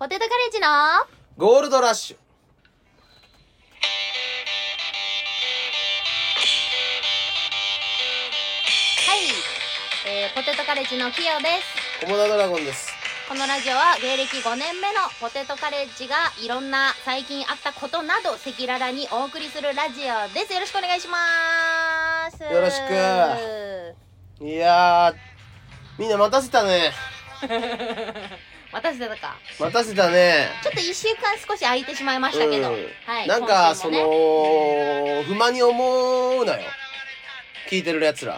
ポテトカレッジのゴールドラッシュ。 はい、ポテトカレッジのキヨです。 コモダドラゴンです。 このラジオは芸歴5年目のポテトカレッジがいろんな最近あったことなど赤裸々にお送りするラジオです。よろしくお願いします。 よろしく。いやー、みんな待たせたね。 待たせたか。 待たせたね。 ちょっと1週間少し空いてしまいましたけど、はい。 なんか、 今週もね不満に思うなよ。聞いてるやつら。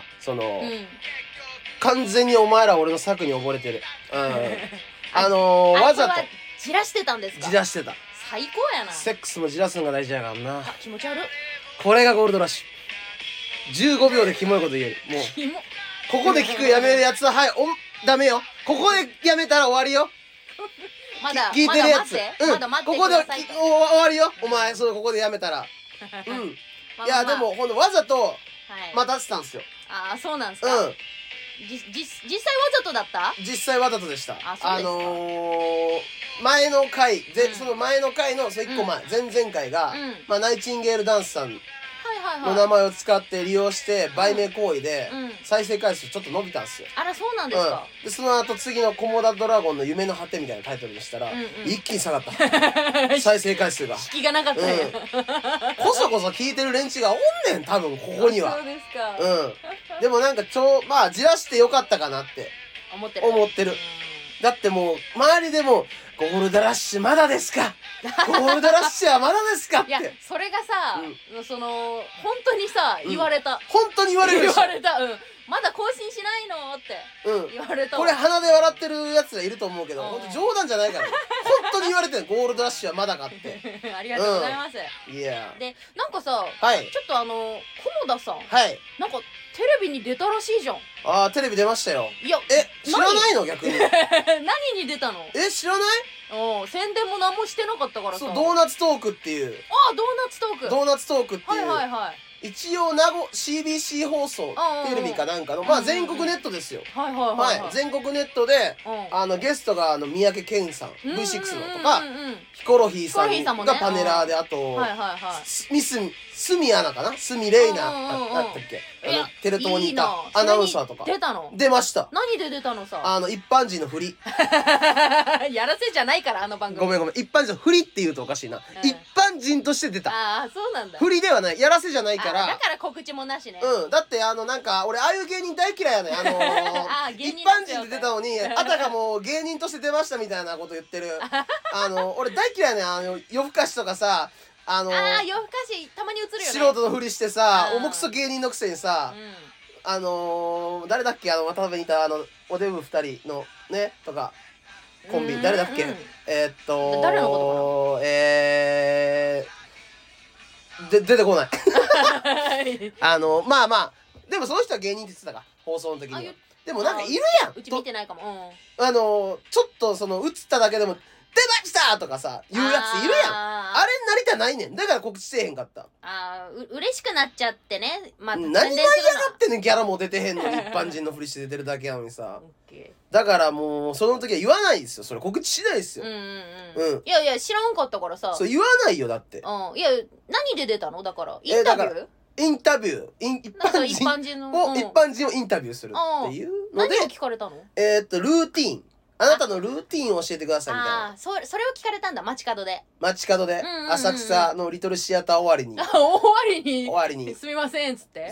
完全にお前ら俺の策に溺れてる。わざと。 じらしてたんですか？ じらしてた。 最高やな。 セックスもじらすのが大事やからな。 気持ち悪い。 これがゴールドラッシュ。15秒でキモいこと言える。もう。 キモ。 ここで聞くやめるやつは、はい、ダメよ。ここでやめたら終わりよ。 まだ聞いてるやつ。 まだ待ってここでくださいと。 終わりよ。お前、ここでやめたら。いや、でも、ほんと、わざと待たせたんすよ。 ああ、そうなんですか。実際わざとだった？ 実際わざとでした。 あ、そうですか。 前の回、その前の回の、1個前、前々回が、ナイチンゲールダンスさんの名前を使って利用して売名行為で再生回数ちょっと伸びたんですよ。 あら、そうなんですか。 でその後次のコモダドラゴンの夢の果てみたいなタイトルにしたら一気に下がった再生回数が。 引きがなかったんや。 こそこそ聞いてる連中がおんねん多分ここには。 そうですか。 でもなんかまあじらしてよかったかなって思ってる。だってもう周りでもゴールドラッシュまだですかゴールドラッシュはまだですかって。 いや、それがさ、本当にさ、言われた。 本当に言われるでしょ。 言われた。まだ更新しないのって言われた。 これ鼻で笑ってるやつらいると思うけど、本当冗談じゃないからね。本当に言われてるゴールドラッシュはまだかって。 ありがとうございます。 いや。 で、なんかさ、ちょっと菰田さん。なんかテレビに出たらしいじゃん。 ああ、テレビ出ましたよ。 いや、 知らないの逆に。 何に出たの？ 知らない？ 宣伝も何もしてなかったからさ。 そう、ドーナツトークっていう。 ああ、ドーナツトーク。 ドーナツトークっていう。 はい。 一応CBC 放送テレビかなんかのまあ全国ネットですよ。はい。全国ネットでゲストが三宅健さん V6 のとかヒコロヒーさんがパネラーで、あと鷲見アナかな、鷲見玲奈だったっけ、テレ東にいたアナウンサーとか出ました。 何で出たのさ？ 一般人のふり。 やらせじゃないから番組。 ごめん一般人のふりって言うとおかしいな。一般人として出た。 ああ、そうなんだ。 ふりではない、やらせじゃないから。 だから告知もなしね。 だってなんか俺ああいう芸人大嫌いやね。一般人で出たのにあたかも芸人として出ましたみたいなこと言ってる。俺大嫌いやね。夜更かしとかさ、 夜更かしたまに映るよね。 素人のふりしてさ、重くそ芸人のくせにさ、誰だっけ、渡辺にいたおデブ2人のねとかコンビ、誰だっけ、 誰のことかな、出てこない。まあでもその人は芸人って言ってたか、放送の時には。でもなんかいるやん。 うち見てないかも。 ちょっと映っただけでも出ましたとかさ言うやついるやん。あれになりたないねん。だから告知せえへんかった。 嬉しくなっちゃってね。 何が嫌がってんねん。ギャラも出てへんのに一般人のふりして出てるだけやのにさ。だからもうその時は言わないですよ。それ告知しないですよ。 いや知らんかったからさ。 そう言わないよ。だっていや、何で出たの？だからインタビュー？ インタビュー、一般人をインタビューするっていうので、 何を聞かれたの？ ルーティーン、あなたのルーティーンを教えてくださいみたいな。 それを聞かれたんだ。街角で浅草のリトルシアター終わりにすみませんっつって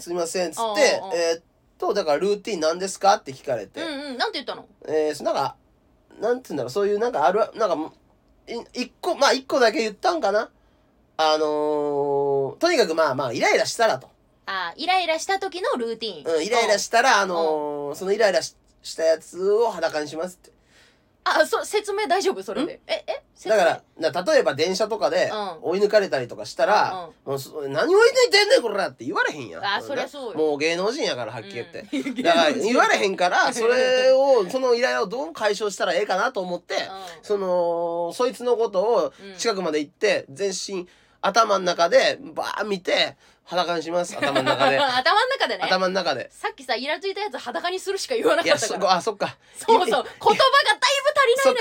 だからルーティーン何ですかって聞かれて、 なんて言ったの？ なんかなんて言うんだろう、そういうなんかなんか一個だけ言ったんかな。とにかくまあイライラしたらと。 イライラした時のルーティーン。 イライラしたらそのイライラしたやつを裸にしますって。 説明大丈夫それで？ だから例えば電車とかで追い抜かれたりとかしたら、もう何追い抜いてんねんこらって言われへんやん。 そりゃそうよ。 もう芸能人やからはっきり言って。だから言われへんから、そのイライラをどう解消したらええかなと思って、そいつのことを近くまで行って全身頭の中でバー見て裸にします。頭の中で。頭の中で。 さっきさイラついたやつ裸にするしか言わなかったから。 そっか。 そう言葉がだいぶ足りないのよ。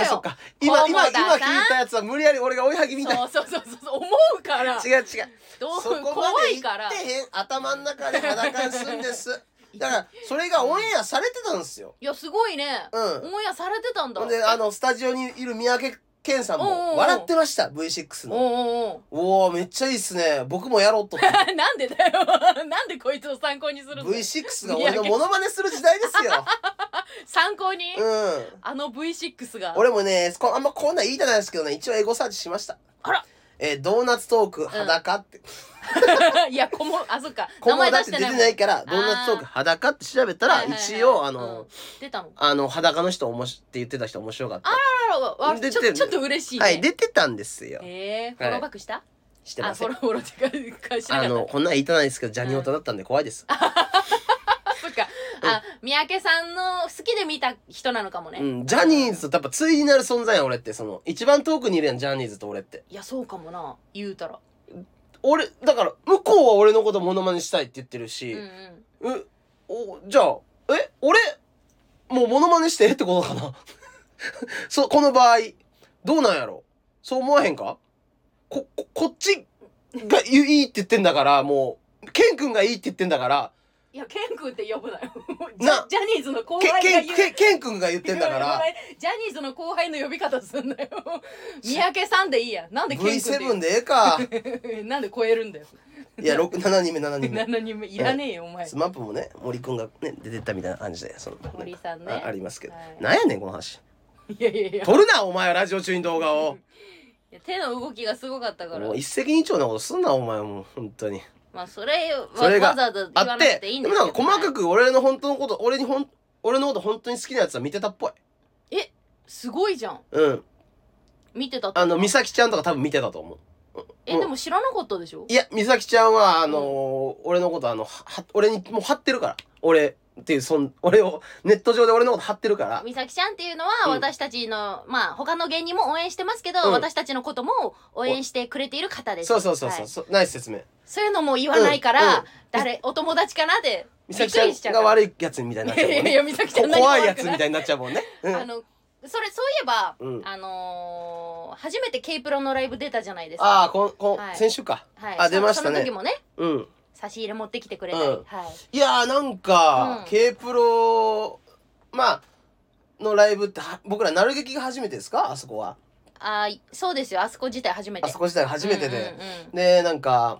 よ。 そっか。今聞いたやつは無理やり俺が追いはぎみたいな。 そう思うから。 違う。 どうそこまで言ってへん。頭の中で裸すんです。だからそれがオンエアされてたんですよ。 いやすごいね。オンエアされてたんだ。 でスタジオにいる三宅健さんも笑ってました。V6 の。おおめっちゃいいっすね。僕もやろうと。 なんでだよ。なんでこいつを参考にするの。 V6 が俺のモノマネする時代ですよ。 参考に。あの V6 が。 俺もねあんまこんなん言いたないですけどね、一応エゴサーチしました。 あら。 ドーナツトーク裸って。 いやそっか。 名前出してないからドーナツトーク裸って調べたら一応出たの。 裸の人って言ってた人面白かった。 あらちょっと嬉しいね。 はい出てたんですよ。 フォローバックした？ してません。 フォローってかしなかった。 こんなん言いたないですけどジャニオタだったんで怖いです。 そっか。三宅さんの好きで見た人なのかもね。 ジャニーズとやっぱ対になる存在や俺って。一番遠くにいるやんジャニーズと俺って。 いやそうかもな言うたら。 俺だから向こうは俺のことモノマネしたいって言ってるし、じゃあ俺もうモノマネしてってことかな。この場合どうなんやろ。そう思わへんか。こっちがいいって言ってんだから、もうケン君がいいって言ってんだから。 いやケン君って呼ぶなよ。ジャニーズの後輩が言う。 ケン君が言ってんだから。 ジャニーズの後輩の呼び方すんなよ。三宅さんでいいや。なんでケン君で。 V7 でええか。 なんで超えるんだよ。 いや7人目 7人目いらねえよお前。 スマップもね森君がね出てったみたいな感じで森さんねありますけど。なんやねんこの話。 いや撮るなお前はラジオ中に動画を。 手の動きがすごかったから。 もう一石二鳥なことすんなお前もう本当に。 まあそれはわざわざ言わなくていいんだけど。 でも細かく俺のこと俺のこと本当に好きなやつは見てたっぽい。 すごいじゃん。見てた。 美咲ちゃんとか多分見てたと思う。 でも知らなかったでしょ。 いや美咲ちゃんは俺のこと俺にもう貼ってるから。俺っていう俺をネット上で俺のこと貼ってるから。 美咲ちゃんっていうのは私たちのまあ他の芸人も応援してますけど、私たちのことも応援してくれている方です。 そうナイス説明。 そういうのも言わないからお友達かなって美咲ちゃんが悪いやつみたいになっちゃうもんね。 いや美咲ちゃん怖いやつみたいになっちゃうもんね。 そういえば初めて K プロのライブ出たじゃないですか。 先週か。出ましたね。 その時もね差し入れ持ってきてくれたり。 いやなんか K プロのライブって僕らなる劇が初めてですか。あそこは。 そうですよ。あそこ自体初めて。 あそこ自体初めてで、でなんか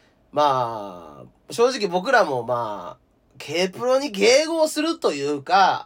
正直僕らもK プロに迎合するというか、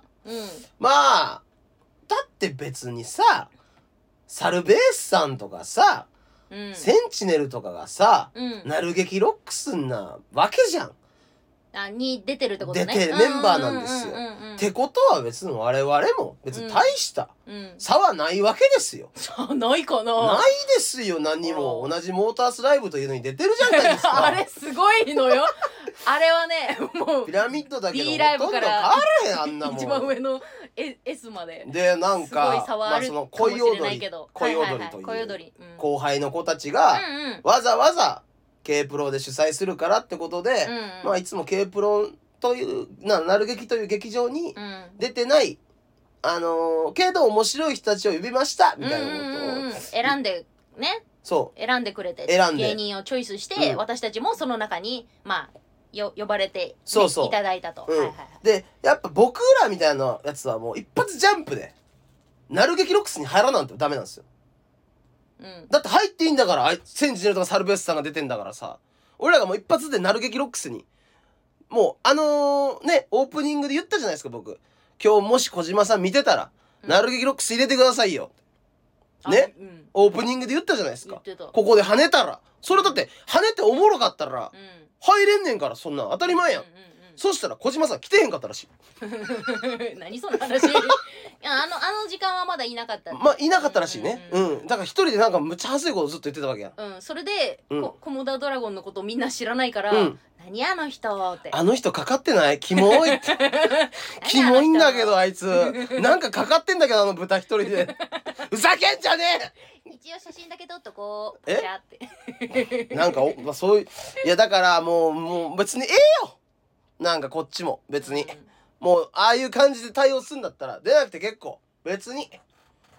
だって別にさサルベースさんとかさ、センチネルとかがさ、なる劇ロックスなわけじゃん。 に出てるってことね。 出てるメンバーなんですよ。ってことは別に我々も別に大した差はないわけですよ。 ないかな。 ないですよ。何も同じモータースライブというのに出てるじゃないですか。 あれすごいのよ。あれはねもうピラミッドだけど D ライブからほとんど変わらへんあんなもん。 一番上の S まで。 でなんかその恋踊りという後輩の子たちがわざわざK プロで主催するからってことで、いつも K プロというなる劇という劇場に出てないけど面白い人たちを呼びましたみたいなことを選んでね。選んでくれて芸人をチョイスして、私たちもその中に呼ばれていただいたと。 でやっぱ僕らみたいなやつはもう一発ジャンプでなる劇ロックスに入らなんてダメなんですよ。だって入っていいんだから。センチネルとかサルベースさんが出てんだからさ、俺らがもう一発でなる劇ロックスにもうオープニングで言ったじゃないですか。僕今日もし小島さん見てたら、なる劇ロックス入れてくださいよね、オープニングで言ったじゃないですか。ここで跳ねたら、それだって跳ねておもろかったら入れんねんから、そんなん当たり前やん。そしたら小島さん来てへんかったらしい。 何その話。あの時間はまだいなかった。 いなかったらしいね。だから一人でなんかむっちゃ恥ずいことずっと言ってたわけや。 それでコモダドラゴンのことみんな知らないから、何あの人って。 あの人かかってない？キモいって。キモいんだけどあいつ。なんかかかってんだけどあの豚一人で。ふざけんじゃねえ。一応写真だけ撮っとこう。パシャって。 なんかそういう、いやだからもう別にええよ。なんかこっちも別に、もうああいう感じで対応するんだったら出なくて結構別に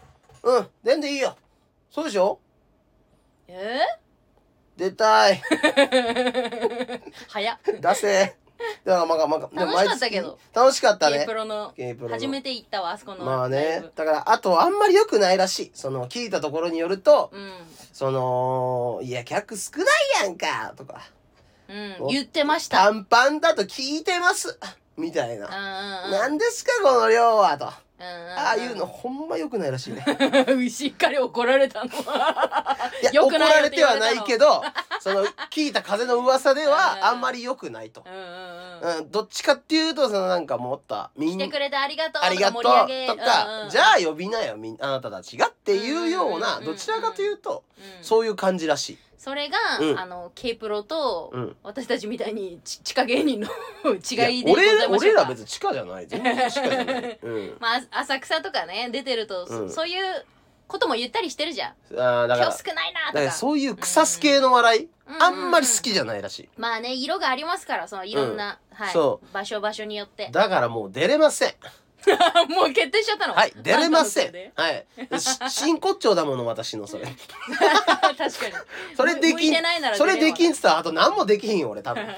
出んでいいよ。そうでしょ？出たい。 早っ。 出せ。だから楽しかったけど。 楽しかったね。 K プロの。初めて行ったわ、あそこの。 まあね。だから、あと、あんまり良くないらしい。聞いたところによると、いや、客少ないやんか、とか。 言ってました。 短パンだと聞いてます。みたいな。何ですか、この量は、と。ああいうのほんま良くないらしいね。 しっかり怒られたの。 いや、怒られてはないけど、聞いた風の噂ではあんまり良くないと。どっちかっていうと、なんかもっと、 来てくれてありがとうありがとうとか、じゃあ呼びなよ、あなたたちがっていうような、どちらかというと、そういう感じらしい。 それが、K プロと、私たちみたいに地下芸人の違いでございましょうか。 俺ら別に地下じゃない。全然地下じゃない。 まあ、浅草とかね、出てると、そういうことも言ったりしてるじゃん。 だから今日少ないなとか。 そういう草す系の笑い、あんまり好きじゃないらしい。 まあね、色がありますから、いろんな、場所によって。 だからもう出れません。 もう決定しちゃったの？ はい、出れません。はい。真骨頂だもの、私のそれ。 確かに。 それできん、それできんって言ったら、あと何もできひんよ、俺、多分。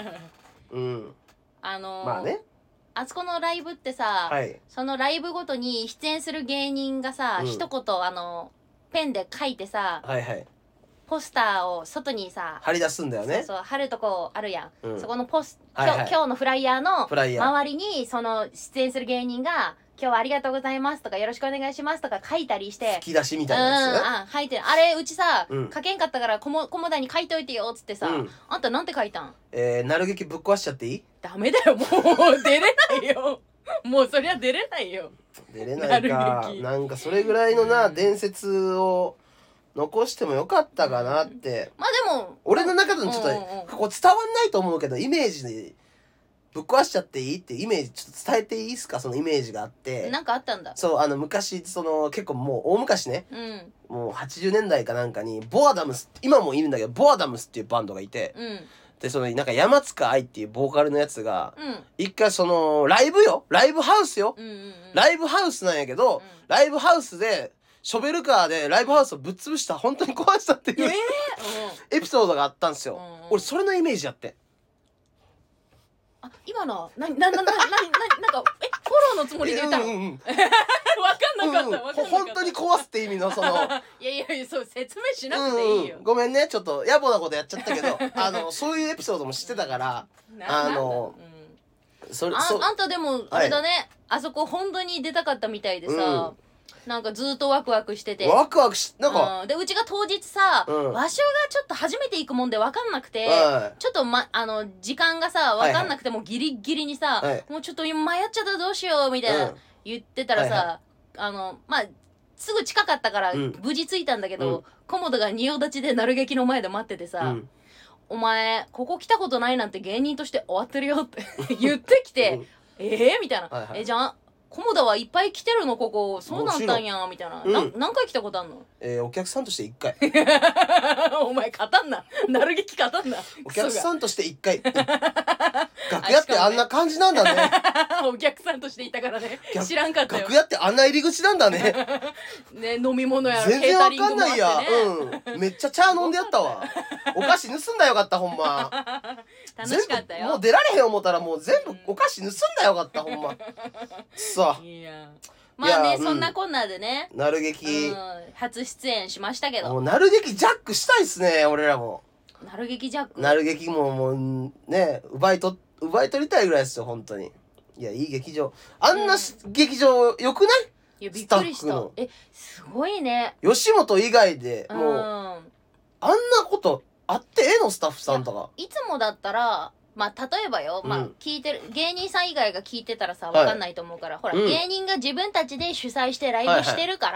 まあね。 あそこのライブってさ、そのライブごとに出演する芸人がさ、一言、ペンで書いてさ、ポスターを外にさ貼り出すんだよね。 そう貼るとこあるやん、そこの今日のフライヤーの周りに出演する芸人が「今日はありがとうございます」とか「よろしくお願いします」とか書いたりして、 吹き出しみたいなやつ、 書いてあれうちさ、書けんかったからコモダに書いといてよっつってさ、あんたなんて書いたん？ なる劇ぶっ壊しちゃっていい？ ダメだよ、もう出れないよ。もうそりゃ出れないよ。 出れないか。なんかそれぐらいのな、伝説を残してもよかったかなって。 まあでも俺の中でのちょっとここ伝わんないと思うけど、イメージでぶっ壊しちゃっていいってイメージちょっと伝えていいですか？そのイメージがあって。 なんかあったんだ。 そう、昔結構もう大昔ね、もう80年代かなんかにボアダムス、今もいるんだけどボアダムスっていうバンドがいて、でなんか山塚愛っていうボーカルのやつが、一回ライブハウスよ、ライブハウスなんやけど、ライブハウスでショベルカーでライブハウスをぶっ潰した、本当に壊したっていうエピソードがあったんですよ。俺それのイメージやって。 あ、今のなんかフォローのつもりで言ったの？わかんなかった。 本当に壊すって意味のいやそう説明しなくていいよ。 ごめんね、ちょっと野暮なことやっちゃったけど、そういうエピソードも知ってたから、あんたでもあれだね、あそこ本当に出たかったみたいでさ。なんかずっとワクワクしてて。 ワクワクなんか、 で、うちが当日さ、場所がちょっと初めて行くもんで分かんなくて、ちょっと時間がさ、分かんなくてもギリギリにさ、もうちょっと今迷っちゃったらどうしよう、みたいな言ってたらさ、まあ、すぐ近かったから無事着いたんだけど、コモドが仁王立ちでなる劇の前で待っててさ、お前、ここ来たことないなんて芸人として終わってるよって言ってきて、みたいな。じゃあ、コモダはいっぱい来てるのここ、そうなんだんやみたいな、何回来たことあんの？ お客さんとして1回。 お前勝たんな、なる劇勝たんな。 お客さんとして1回。楽屋ってあんな感じなんだね。 お客さんとしていたからね、知らんかったよ。 楽屋ってあんな入り口なんだね。 ね、飲み物や全然わかんないや。めっちゃ茶飲んでやったわ。お菓子盗んだよかった、ほんま。 楽しかったよ。 もう出られへん思ったらもう全部お菓子盗んだよかった、ほんま。さあ。 まあね、そんなこんなでね、 なる劇初出演しましたけど、 もうなる劇ジャックしたいっすね、俺らも。 なる劇ジャック、 なる劇もうね、奪い取りたいぐらいですよ、本当に。いや、いい劇場。あんな劇場よくない？ いや、びっくりした。すごいね。 吉本以外でもうあんなことあってのスタッフさんとか。 いつもだったら、まあ、例えばよ、まあ、聞いてる、芸人さん以外が聞いてたらさ、わかんないと思うから、ほら、芸人が自分たちで主催してライブしてるから、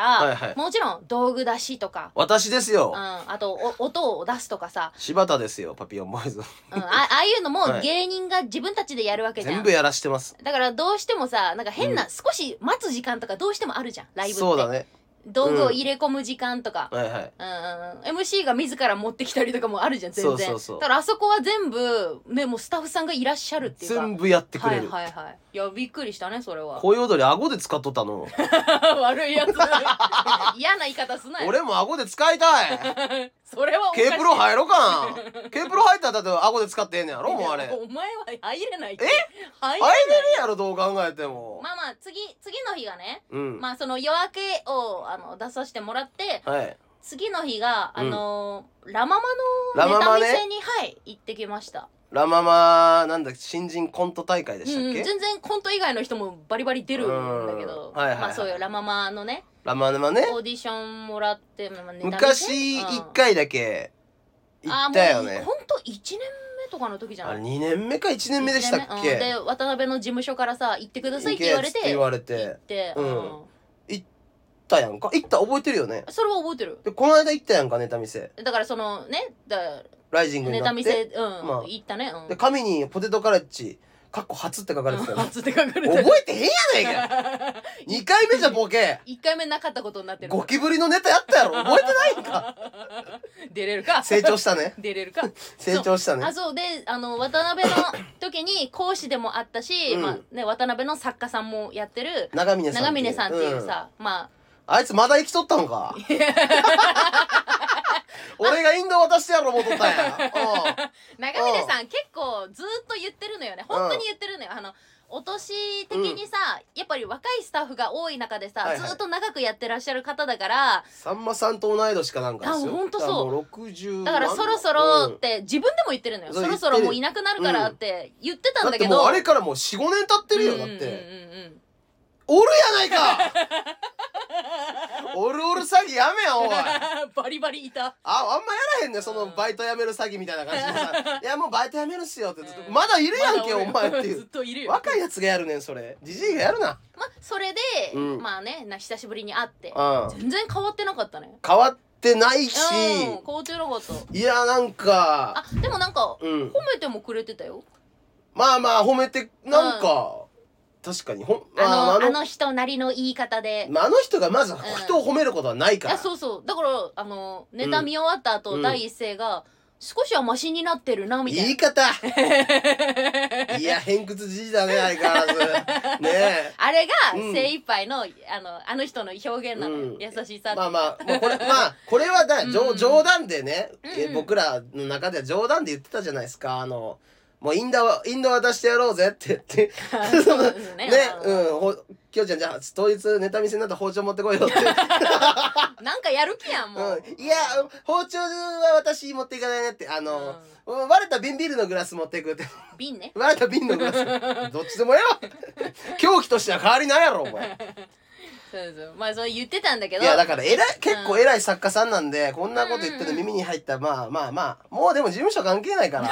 もちろん、道具出しとか。 私ですよ。 あと、音を出すとかさ。 柴田ですよ、パピヨンボーイズ。 ああいうのも芸人が自分たちでやるわけじゃん。 全部やらしてます。 だから、どうしてもさ、なんか変な、少し待つ時間とかどうしてもあるじゃん、ライブって。 そうだね。 道具を入れ込む時間とか、 はいはい、 MC が自ら持ってきたりとかもあるじゃん、全然。だからあそこは全部ね、もうスタッフさんがいらっしゃるっていうか全部やってくれる。 はいはいはい。いやびっくりしたね、それは。 声踊り顎で使っとったの。 悪いやつ。嫌な言い方すなよ。 俺も顎で使いたい。 それはおかしい。 K プロ入ろうかな。K プロ入ったらだって顎で使ってんねやろ、もうあれ。 お前は入れないって。 入れるやろ、どう考えても。 まあまあ次の日がね、 うん、 まあその夜明けを出させてもらって、はい、次の日がラママのネタ見せに、はい、行ってきました。 ラママなんだっけ、新人コント大会でしたっけ、 全然コント以外の人もバリバリ出るんだけど、まあそういうラママのね、 ラママね、 オーディションもらって、ネタ見せ昔1回だけ行ったよね。 ほんと1年目とかの時じゃない？ あれ2年目か1年目でしたっけ？ で渡辺の事務所からさ、行ってくださいって言われて、行って、 行ったやんか。行った覚えてるよね。 それは覚えてる。 でこの間行ったやんか、ネタ見せ。 だからそのね、 ライジングになってネタ見せ、行ったね。 で紙にポテトカレッジかっこ初って書かれてたよ。 初って書かれてた。 覚えてへんやないか。2回目じゃボケ。 1回目なかったことになってる。 ゴキブリのネタやったやろ。覚えてないんか。 出れるか。 成長したね。 出れるか。 成長したね。 そうで、渡辺の時に講師でもあったし、まあね、渡辺の作家さんもやってる長峰さんっていうさ、まあいつまだ生きとったのか。俺がインド渡してやろう思っとったんや。 長峰さん結構ずっと言ってるのよね。本当に言ってるのよ。お年的にさ、やっぱり若いスタッフが多い中でさ、ずっと長くやってらっしゃる方だから。 さんまさんと同い年かなんかですよ。 ほんとそう。 60 だからそろそろって自分でも言ってるのよ。そろそろもういなくなるからって言ってたんだけど。 だってもうあれからもう 4,5 年経ってるよ、だって。おるやないか。オルオル詐欺やめやおい。 バリバリいた。 あんまやらへんね、そのバイト辞める詐欺みたいな感じでさ。いやもうバイト辞めるっすよってずっと、まだいるやんけお前っていう。 ずっといるよ。 若いやつがやるねんそれ。ジジイがやるな。 まそれで、まあね、久しぶりに会って、全然変わってなかったね。 変わってないし。 変わってなかった。 いやなんか。 でもなんか褒めてもくれてたよ。 まあまあ褒めてなんか。確かにあの人なりの言い方で、 あの人がまず人を褒めることはないから。 そうそう。だからネタ見終わった後、第一声が少しはマシになってるなみたいな言い方。いや偏屈じじだね、相変わらずね。 あれが精一杯のあの人の表現なのよ、優しさって。 まあこれは冗談でね、僕らの中では冗談で言ってたじゃないですか。もうインド渡してやろうぜって言って。そうですね。きょうちゃんじゃあ当日ネタ見せになったら包丁持ってこいよって。 なんかやる気やんもう。 いや包丁は私持っていかないねって。割れた瓶ビールのグラス持っていくって。 瓶ね。 割れた瓶のグラス。どっちでもええわ。凶器としては変わりないやろお前。 そうまあそう言ってたんだけど。 いやだから結構偉い作家さんなんで、こんなこと言ってる耳に入ったらまあもうでも事務所関係ないから。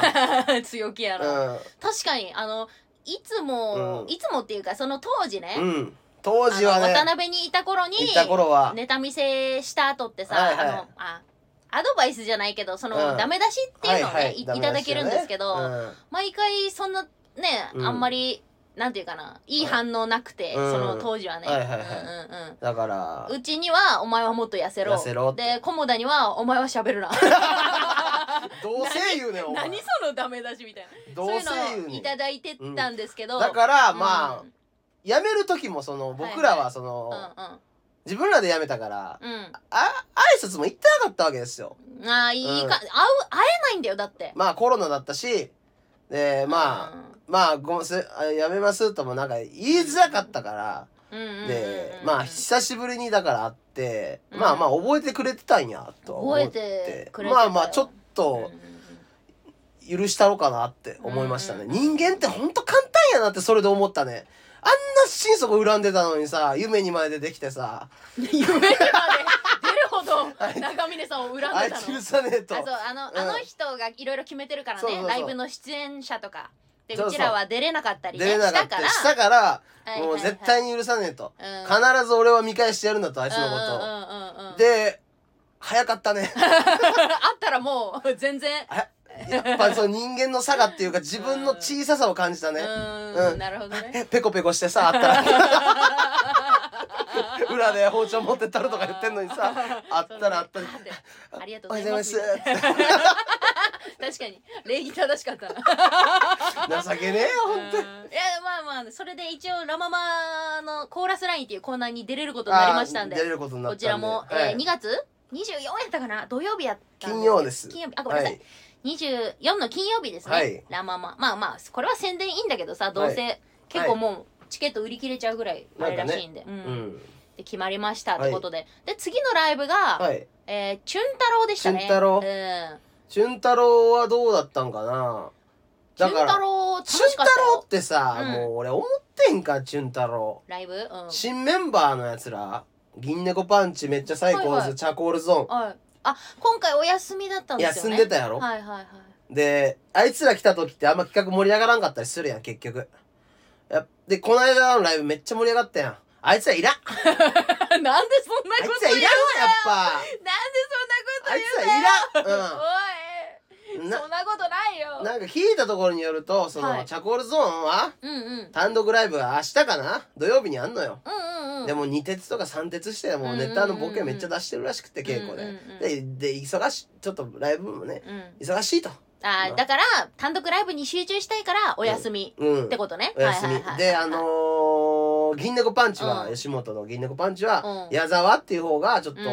強気やな。確かにいつもっていうかその当時ね。 当時はね。 渡辺にいた頃にネタ見せした後ってさ、アドバイスじゃないけどダメ出しっていうのをねいただけるんですけど、毎回そんなねあんまり。なんていうかな、いい反応なくて、その当時はね。 だから。 うちには、お前はもっと痩せろ。で、菰田には、お前は喋るな。 どうせ言うねん、お前。 何そのダメ出しみたいな。 どうせ言うねん。 そういうのをいただいてたんですけど。 だから、まあ、辞める時も、僕らは、自分らで辞めたから、挨拶も行ってなかったわけですよ。会えないんだよ、だって。 まあ、コロナだったし、で、まあ、やめますともなんか言いづらかったから、で、まあ、久しぶりにだから会って、まあ覚えてくれてたんや、と思って。まあちょっと、許したろかなって思いましたね。人間ってほんと簡単やなってそれで思ったね。あんな心底恨んでたのにさ、夢にまで出てきてさ。 夢にまで出るほど長峰さんを恨んでたの。 あいつ許さねえと。 あの人がいろいろ決めてるからね、ライブの出演者とか。でうちらは出れなかったりしたから。 もう絶対に許さねえと。必ず俺は見返してやるんだと、あいつのこと。で、早かったね。 あったらもう全然。 やっぱその人間の差がっていうか自分の小ささを感じたね。 なるほどね。 ペコペコしてさ、あったら。 裏で包丁持ってたるとか言ってんのにさ、あったらあったらありがとうございます。確かに礼儀正しかったな。情けねえよ本当に。いやまあそれで一応ラ・ママのコーラスラインっていうコーナーに出れることになりましたんで、こちらも2月24やったかな、土曜日やったんで、 金曜です。 金曜日、ごめんなさい、24の金曜日ですね、ラ・ママ。まあこれは宣伝いいんだけどさ、どうせ結構もうチケット売り切れちゃうぐらいあれらしいんで、で決まりましたってことで、で次のライブがチュン太郎でしたね。 チュン太郎、チュン太郎はどうだったんかな。 チュン太郎楽しかったよ。 チュン太郎ってさ、もう俺思ってんか、チュン太郎ライブ、 新メンバーのやつら、銀猫パンチめっちゃ最高です、チャコールゾーン、 あ、今回お休みだったんですよね。 休んでたやろ。で、あいつら来た時ってあんま企画盛り上がらんかったりするやん、結局。で、この間のライブめっちゃ盛り上がったやん。あいつらいらんなんでそんなこと言うんだよ。 あいつらいらんわ、やっぱ。 なんでそんなこと言うんだよ。 あいつらいらん。 おい、そんなことないよ。 なんか聞いたところによると、その、チャコールゾーンは、単独ライブは明日かな、土曜日にあんのよ。でも2鉄とか3鉄してもうネタのボケめっちゃ出してるらしくて、稽古で。で、ちょっとライブもね、忙しいと。 だから単独ライブに集中したいからお休みってことね。 お休みで、銀猫パンチは、吉本の銀猫パンチは矢沢っていう方がちょっと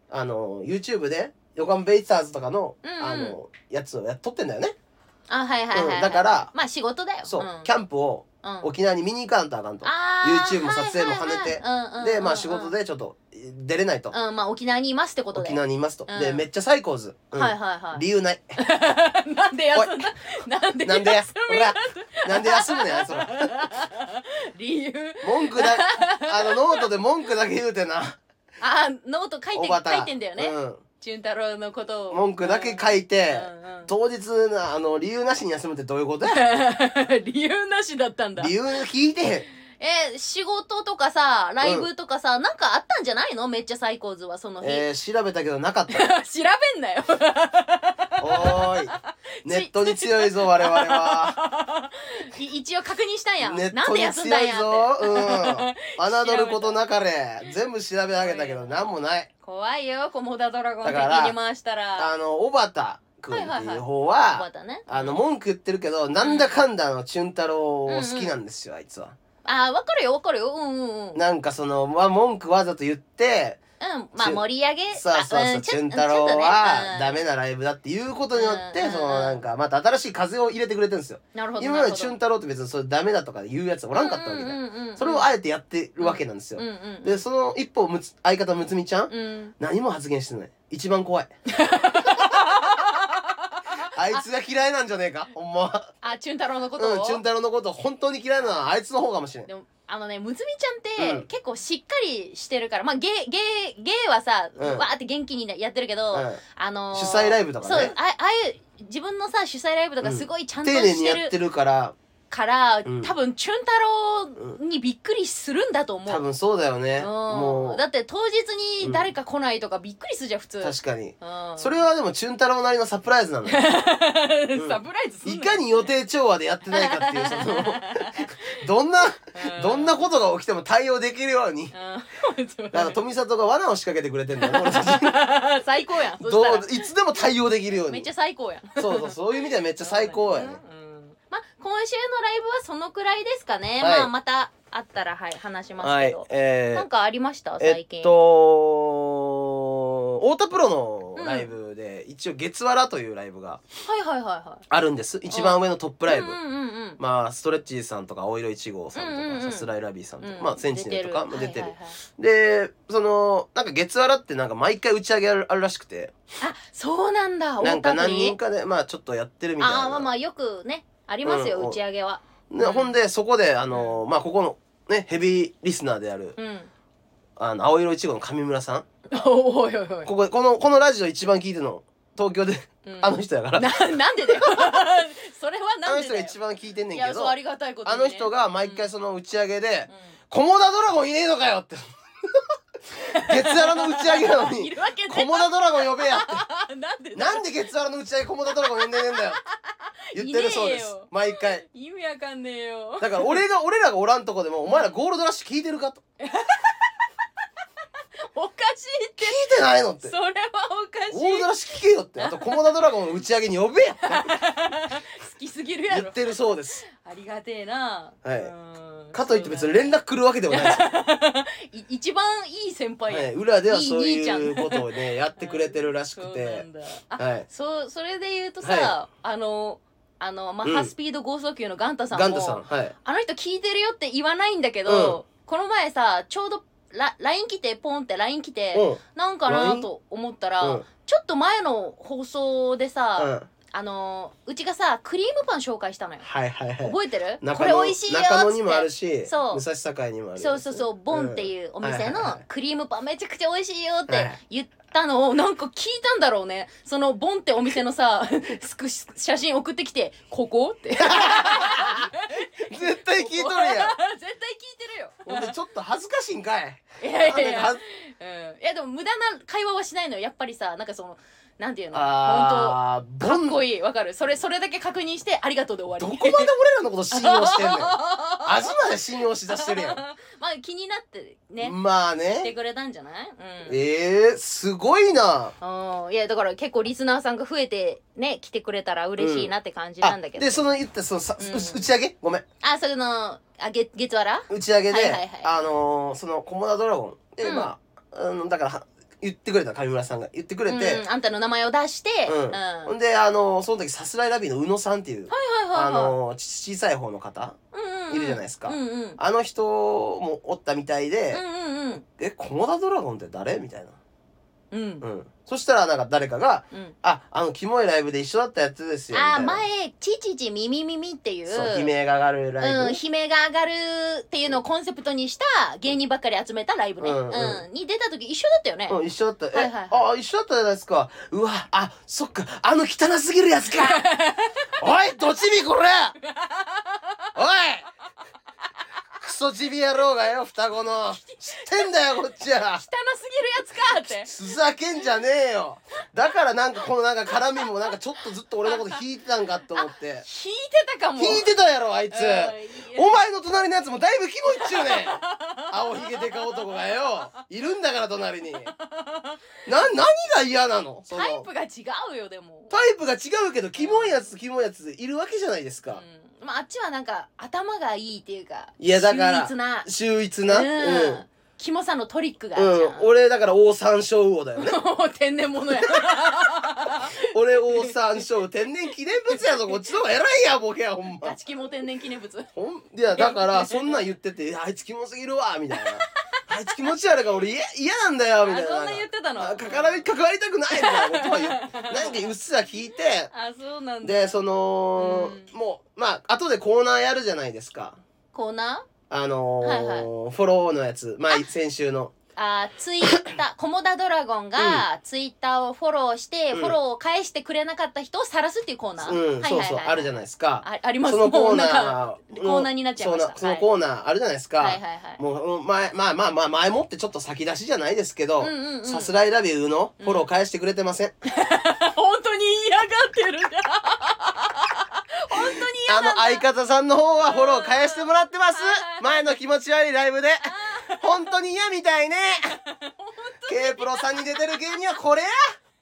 YouTube で横浜ベイスターズとかのやつを撮ってんだよね。だからまあ仕事だよ。 そう、キャンプを沖縄に見に行かんとあかんと、 YouTube も撮影も兼ねて、でまあ仕事でちょっと出れないと、 まあ沖縄にいますってことで、 沖縄にいますと、でめっちゃサイコーズ、理由ないなんで休んだ、なんで休むねんあいつら理由文句だ、ノートで文句だけ言うてな、 ノート書いてんだよね、チュン太郎のことを文句だけ書いて、当日理由なしに休むってどういうことや理由なしだったんだ。 理由聞いて仕事とかさ、ライブとかさ、なんかあったんじゃないの？めっちゃサイコーズはその日。 調べたけどなかった。 調べんなよ。 おーい。ネットに強いぞ、我々は。 一応確認したんや。 ネットに強いぞ。侮ることなかれ。全部調べ上げたけど、なんもない。 怖いよ、コモダドラゴン的に回したら。 小畑くんっていう方は、文句言ってるけど、なんだかんだチュン太郎を好きなんですよ、あいつは。 わかるよ。 なんか文句わざと言って、 まあ盛り上げ、 そう、チュン太郎はダメなライブだっていうことによって、なんかまた新しい風を入れてくれてるんですよ。今までチュン太郎って別にそれダメだとか言うやつおらんかったわけだよ。それをあえてやってるわけなんですよ。で、その一方、相方むつみちゃん、何も発言してない。一番怖い。あいつが嫌いなんじゃねえか、ほんまは。 チュン太郎のことを？ チュン太郎のことを本当に嫌いなのはあいつの方かもしれん。 でもむつみちゃんって結構しっかりしてるから、まあゲーはさ、わーって元気にやってるけど、 主催ライブとかね。 そう、ああいう自分のさ主催ライブとかすごいちゃんとしてる。 丁寧にやってるから。 多分チュン太郎にびっくりするんだと思う。 多分そうだよね。もうだって当日に誰か来ないとかびっくりするじゃん普通。 確かに。それはでもチュン太郎なりのサプライズなのよ。 サプライズすんの？ いかに予定調和でやってないかっていうどんなことが起きても対応できるように。だから富里が罠を仕掛けてくれてんだよね、俺たち。 最高やん。 いつでも対応できるように。 めっちゃ最高やん。 そういう意味ではめっちゃ最高やね。 まあ、今週のライブはそのくらいですかね。まあ、またあったら、話しますけど。なんかありました最近。 太田プロのライブで、一応月わらというライブがあるんです。一番上のトップライブ。まあ、ストレッチーさんとか、青色1号さんとか、さすらいラビーさんとか、まあ、センチネルとかも出てる。で、なんか月わらってなんか毎回打ち上げあるらしくて。 そうなんだ。 なんか何人かで、まあ、ちょっとやってるみたいな。 まあ、よくね。ありますよ、打ち上げは。 ほんで、そこで、まあ、ここの、ね、ヘビーリスナーである、青色1号の上村さん。このラジオ一番聞いてるの、東京で、あの人やから。 なんでだよ。それはなんでだよ。 あの人が一番聞いてんねんけど、 ありがたいことに。 あの人が毎回その打ち上げで、コモダドラゴンいねえのかよって。月わらの打ち上げなのに、コモダドラゴン呼べやって。なんで月わらの打ち上げコモダドラゴン呼んでねえんだよ。言ってるそうです。毎回。 意味わかんねえよ。 だから俺らがおらんとこでも、お前らゴールドラッシュ聞いてるかと。 おかしいって。 聞いてないのって。 それはおかしい。 大空し聞けよって。あと、コモダドラゴンの打ち上げに呼べやって。好きすぎるやろ。 言ってるそうです。 ありがてえな。 はい。かといって別に連絡来るわけではないです。 一番いい先輩や。 裏ではそういうことをね、やってくれてるらしくて。 はい。それで言うとさ、マッハスピード剛速球のガンタさんも、あの人聞いてるよって言わないんだけど、この前さ、ちょうどLINE 来て、ポンって LINE 来て、なんかなと思ったら、ちょっと前の放送でさ、うちがさ、クリームパン紹介したのよ。覚えてる？これ美味しいよっつって。 中野にもあるし、武蔵境にもある。 そう、ボンっていうお店のクリームパンめちゃくちゃ美味しいよって言ったのを、なんか聞いたんだろうね。そのボンってお店のさ、写真送ってきて、ここって。絶対聞いとるやん。 絶対聞いてるよ。 ほんでちょっと恥ずかしいんかい。 いやでも無駄な会話はしないのよ。やっぱりさ、なんかその、なんていうの、本当かっこいい。わかる。それだけ確認してありがとうで終わり。 どこまで俺らのこと信用してんのよ。味まで信用しだしてるやん。 まあ気になってね。 まあね。 してくれたんじゃない？ すごいな。 いやだから結構リスナーさんが増えてね来てくれたら嬉しいなって感じなんだけど。 でその言ったその打ち上げごめん。 それの月わら打ち上げでそのコモダドラゴンでまあだから言ってくれた上村さんが言ってくれて、 あんたの名前を出して、 ほんでその時さすらいラビーの宇野さんっていう小さい方の方いるじゃないですか。あの人もおったみたいで、コモダドラゴンって誰みたいな。そしたらなんか誰かがキモいライブで一緒だったやつですよみたいな。 前チチチミミミミっていうそう悲鳴が上がるライブ、 悲鳴が上がるっていうのをコンセプトにした芸人ばっかり集めたライブねに出た時一緒だったよね。 一緒だった。一緒だったじゃないですか。うわそっか汚すぎるやつか。おいどちみこれおいクソチビ野郎がよ双子の知ってんだよこっちは。 汚すぎるやつかってふざけんじゃねえよ。だからなんかこのなんか絡みもなんかちょっとずっと俺のこと引いてたんかと思って。 引いてたかも。 引いてたやろあいつ。お前の隣のやつもだいぶキモいっちゅうねん。青ひげデカ男がよいるんだから隣に。何が嫌なの？ タイプが違うよでも。 タイプが違うけどキモいやついるわけじゃないですか。 まああっちはなんか頭がいいっていうか、 いやだから秀逸なキモさのトリックがあるじゃん。 俺だからオオサンショウウオだよね。 天然物や。 俺オオサンショウ天然記念物やぞ。こっちの方が偉いやボケやほんま。 ガチキモ天然記念物。 いやだからそんなん言っててあいつキモすぎるわみたいな。あいつ気持ち悪いから俺嫌なんだよみたいな。 そんな言ってたの？ 関わりたくないみたいなことはなんかうっすら聞いて。 そうなんだ。 でもうまあ後でコーナーやるじゃないですか。 コーナー？フォローのやつ先週の。 ツイッターコモダドラゴンがツイッターをフォローしてフォローを返してくれなかった人を晒すっていうコーナー。 そうそうあるじゃないですか。 あります。 そのコーナーになっちゃいました。 そのコーナーあるじゃないですか。もう前もってちょっと先出しじゃないですけど、さすらいラビューのフォロー返してくれてません。 本当に嫌がってる。本当に嫌なんだ。 相方さんの方はフォロー返してもらってます。前の気持ち悪いライブで。本当に嫌みたいね。K プロさんに出てる芸人はこれや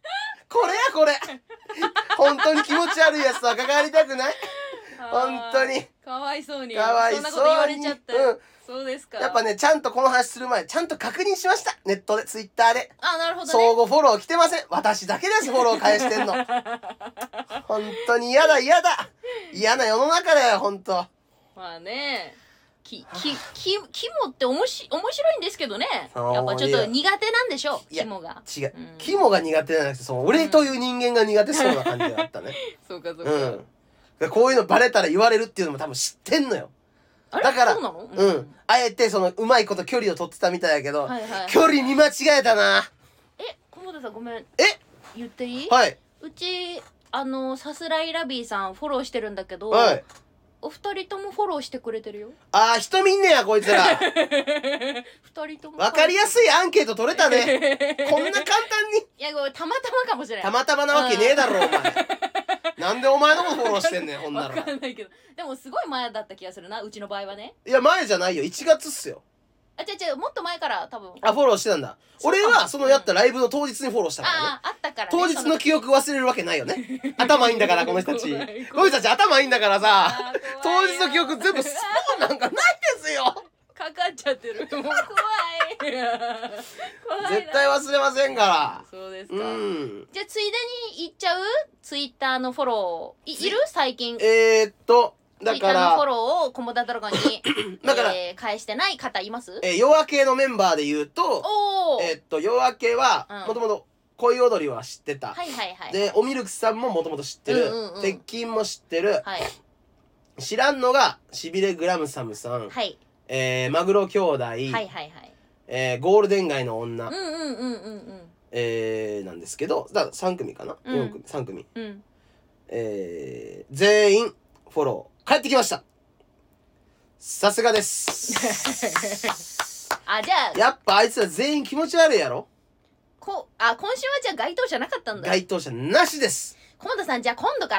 本当に気持ち悪いやつとは関わりたくない。本当にかわいそうにそんなこと言われちゃって。そうですか。 やっぱねちゃんとこの話する前ちゃんと確認しました。ネットでツイッターで。 なるほどね。 相互フォロー来てません。私だけですフォロー返してんの。本当に嫌な世の中だよ本当。 まあねキモって面白いんですけどね。やっぱちょっと苦手なんでしょう。キモが違う、キモが苦手じゃなくて俺という人間が苦手そうな感じがあったね。 そうかこういうのバレたら言われるっていうのも多分知ってんのよ。だからあえてうまいこと距離を取ってたみたいやけど、距離に間違えたな。 菰田さんごめん。言っていい？ はい。 うちさすらいラビーさんフォローしてるんだけど、お二人ともフォローしてくれてるよ。 人見んねやこいつら。 二人とも分かりやすいアンケート取れたね。こんな簡単に。 いやこれたまたまかもしれない。 たまたまなわけねえだろお前。なんでお前のことフォローしてんねんほんなら。 分かんないけどでもすごい前だった気がするなうちの場合はね。 いや前じゃないよ1月っすよ。 違うもっと前から多分フォローしてたんだ。俺はそのやったライブの当日にフォローしたからね。 あったからね。 当日の記憶忘れるわけないよね。頭いいんだからこの人たち。この人たち頭いいんだからさ、当日の記憶全部そうなんかないですよ。 かかっちゃってる。もう怖い。怖い絶対忘れませんから。 そうですか。じゃあついでに言っちゃう？ツイッターのフォローいる？最近。 だからツイッターのフォローをコモダドラゴンにだから、返してない方います？ 夜明けのメンバーで言うと、夜明けはもともと恋踊りは知ってた。 はいはいはい。 でおミルクさんももともと知ってる。鉄筋も知ってる。知らんのがしびれグラムサムさん。はい。マグロ兄弟。はいはいはい。ゴールデン街の女。なんですけど、だから3組かな、4組、3組。全員フォロー帰ってきました。さすがです。 あ、じゃあやっぱあいつら全員気持ち悪いやろ。 今週はじゃあ該当者なかったんだ。 該当者なしです。 菰田さん、じゃあ今度から、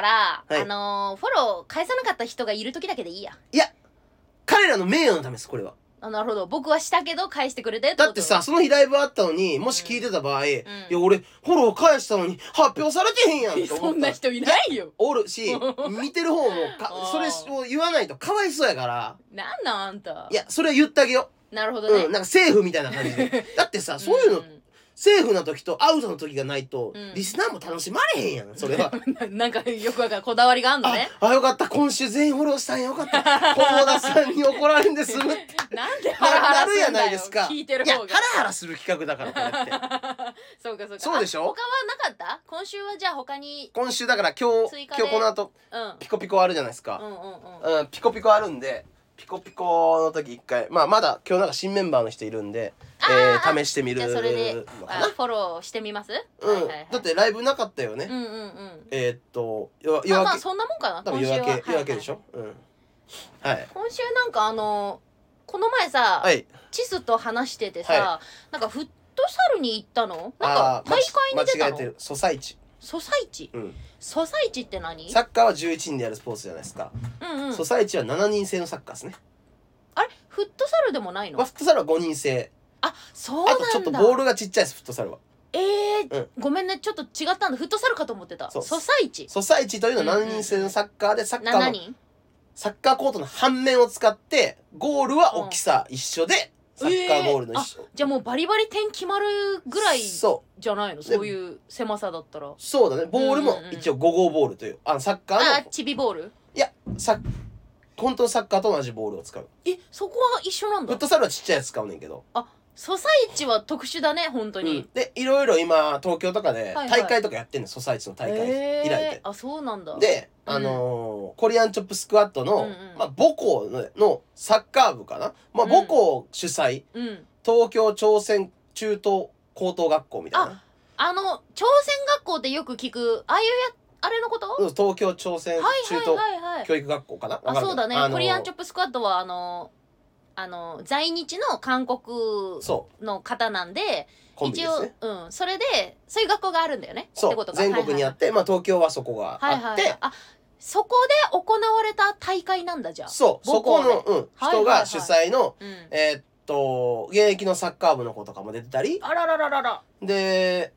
フォロー返さなかった人がいる時だけでいいや。 いや、彼らの名誉のためです、これは。 なるほど。僕はしたけど返してくれて。 だってさ、その日ライブあったのに、もし聞いてた場合、いや俺フォロー返したのに発表されてへんやんって思った。 そんな人いないよ。 おるし、見てる方もそれを言わないとかわいそうやから。 なんなんあんた。 いや、それは言ってあげよう。 なるほどね。 なんか政府みたいな感じで。だってさ、そういうの、セーフな時とアウトの時がないと、リスナーも楽しまれへんやん、それは。 なんかよくわかるこだわりがあんのね。 よかった、今週全員フォローしたんや、よかった。菰田さんに怒られんで済むって。 なんでハラハラするんだよ。なるやないですか。聞いてる方が。いや、 ハラハラする企画だから、これって。 そうかそうか。 そうでしょ？ 他はなかった？今週はじゃあ他に。 今週だから今日この後、ピコピコあるじゃないですか。ピコピコあるんで、ピコピコの時一回、まだ今日なんか新メンバーの人いるんで、試してみるのかな。 それでフォローしてみます？ だってライブなかったよね。夜明け。 そんなもんかな。 多分夜明けでしょ。はい。 今週なんかこの前さ、チスと話しててさ、なんかフットサルに行ったの？なんか大会に出たの？ 間違えてる。ソサイチ。 ソサイチ？ソサイチって何？ サッカーは11人でやるスポーツじゃないですか。ソサイチは7人制のサッカーですね。 あれフットサルでもないの？ フットサルは5人制。 あ、そうなんだ。 あとちょっとボールがちっちゃいです、フットサルは。 ごめんね、ちょっと違ったんだ。フットサルかと思ってた。ソサイチ。 ソサイチというのは7人制のサッカーで、サッカーコートの半面を使って、ゴールは大きさ一緒で、サッカーゴールの一緒。 じゃあもうバリバリ点決まるぐらいじゃないの？そういう狭さだったら。 そうだね。ボールも一応5号ボールという、サッカーの。 チビボール？ いや、本当のサッカーと同じボールを使う。 そこは一緒なんだ。 フットサルはちっちゃいやつ使うねんけど。 ソサイチは特殊だね、本当に。 で、いろいろ今、東京とかで大会とかやってんの、ソサイチの大会開いて。 そうなんだ。 で、コリアンチョップスクワットの、母校のサッカー部かな。母校主催、東京朝鮮中等高等学校みたいな。 朝鮮学校ってよく聞く、あれのこと？ 東京朝鮮中等教育学校かな。 そうだね。コリアンチョップスクワットは在日の韓国の方なんで、一応それでそういう学校があるんだよね。 そう全国にあって、東京はそこがあって、 そこで行われた大会なんだ。じゃあそこの人が主催の現役のサッカー部の子とかも出てたり、で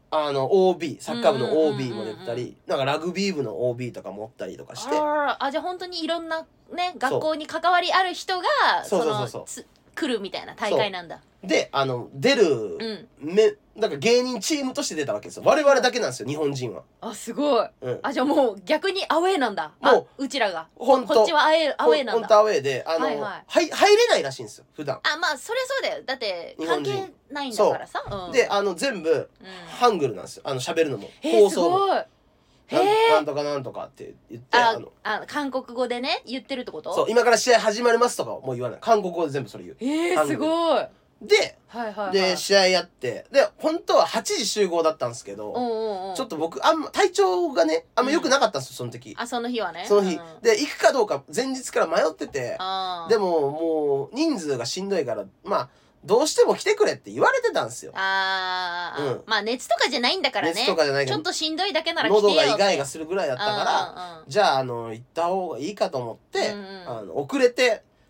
OB サッカー部の OB も出てたり、なんかラグビー部の OB とかもおったりとかして、じゃあ本当にいろんなね学校に関わりある人が来るみたいな大会なんだ。 で出るだから芸人チームとして出たわけですよ。我々だけなんですよ、日本人は。 すごい。じゃあもう逆にアウェーなんだ。うちらがこっちはアウェーなんだ。 本当アウェーで入れないらしいんですよ、普段。 そりゃそうだよ。だって関係ないんだからさ。 で全部ハングルなんですよ、喋るのも。放送もなんとかなんとかって言って韓国語でね言ってるってこと？ そう、今から試合始まりますとかも言わない。韓国語で全部それ言う。 すごい。 で試合やって、で本当は8時集合だったんですけど、ちょっと僕体調がねあんま良くなかったんですよ、その時。 その日はね。 その日で行くかどうか前日から迷ってて、でももう人数がしんどいからどうしても来てくれって言われてたんですよ。 熱とかじゃないんだからね。 熱とかじゃないけど、 ちょっとしんどいだけなら来てよって。 喉がイガイガするぐらいだったから、じゃあ行った方がいいかと思って、遅れて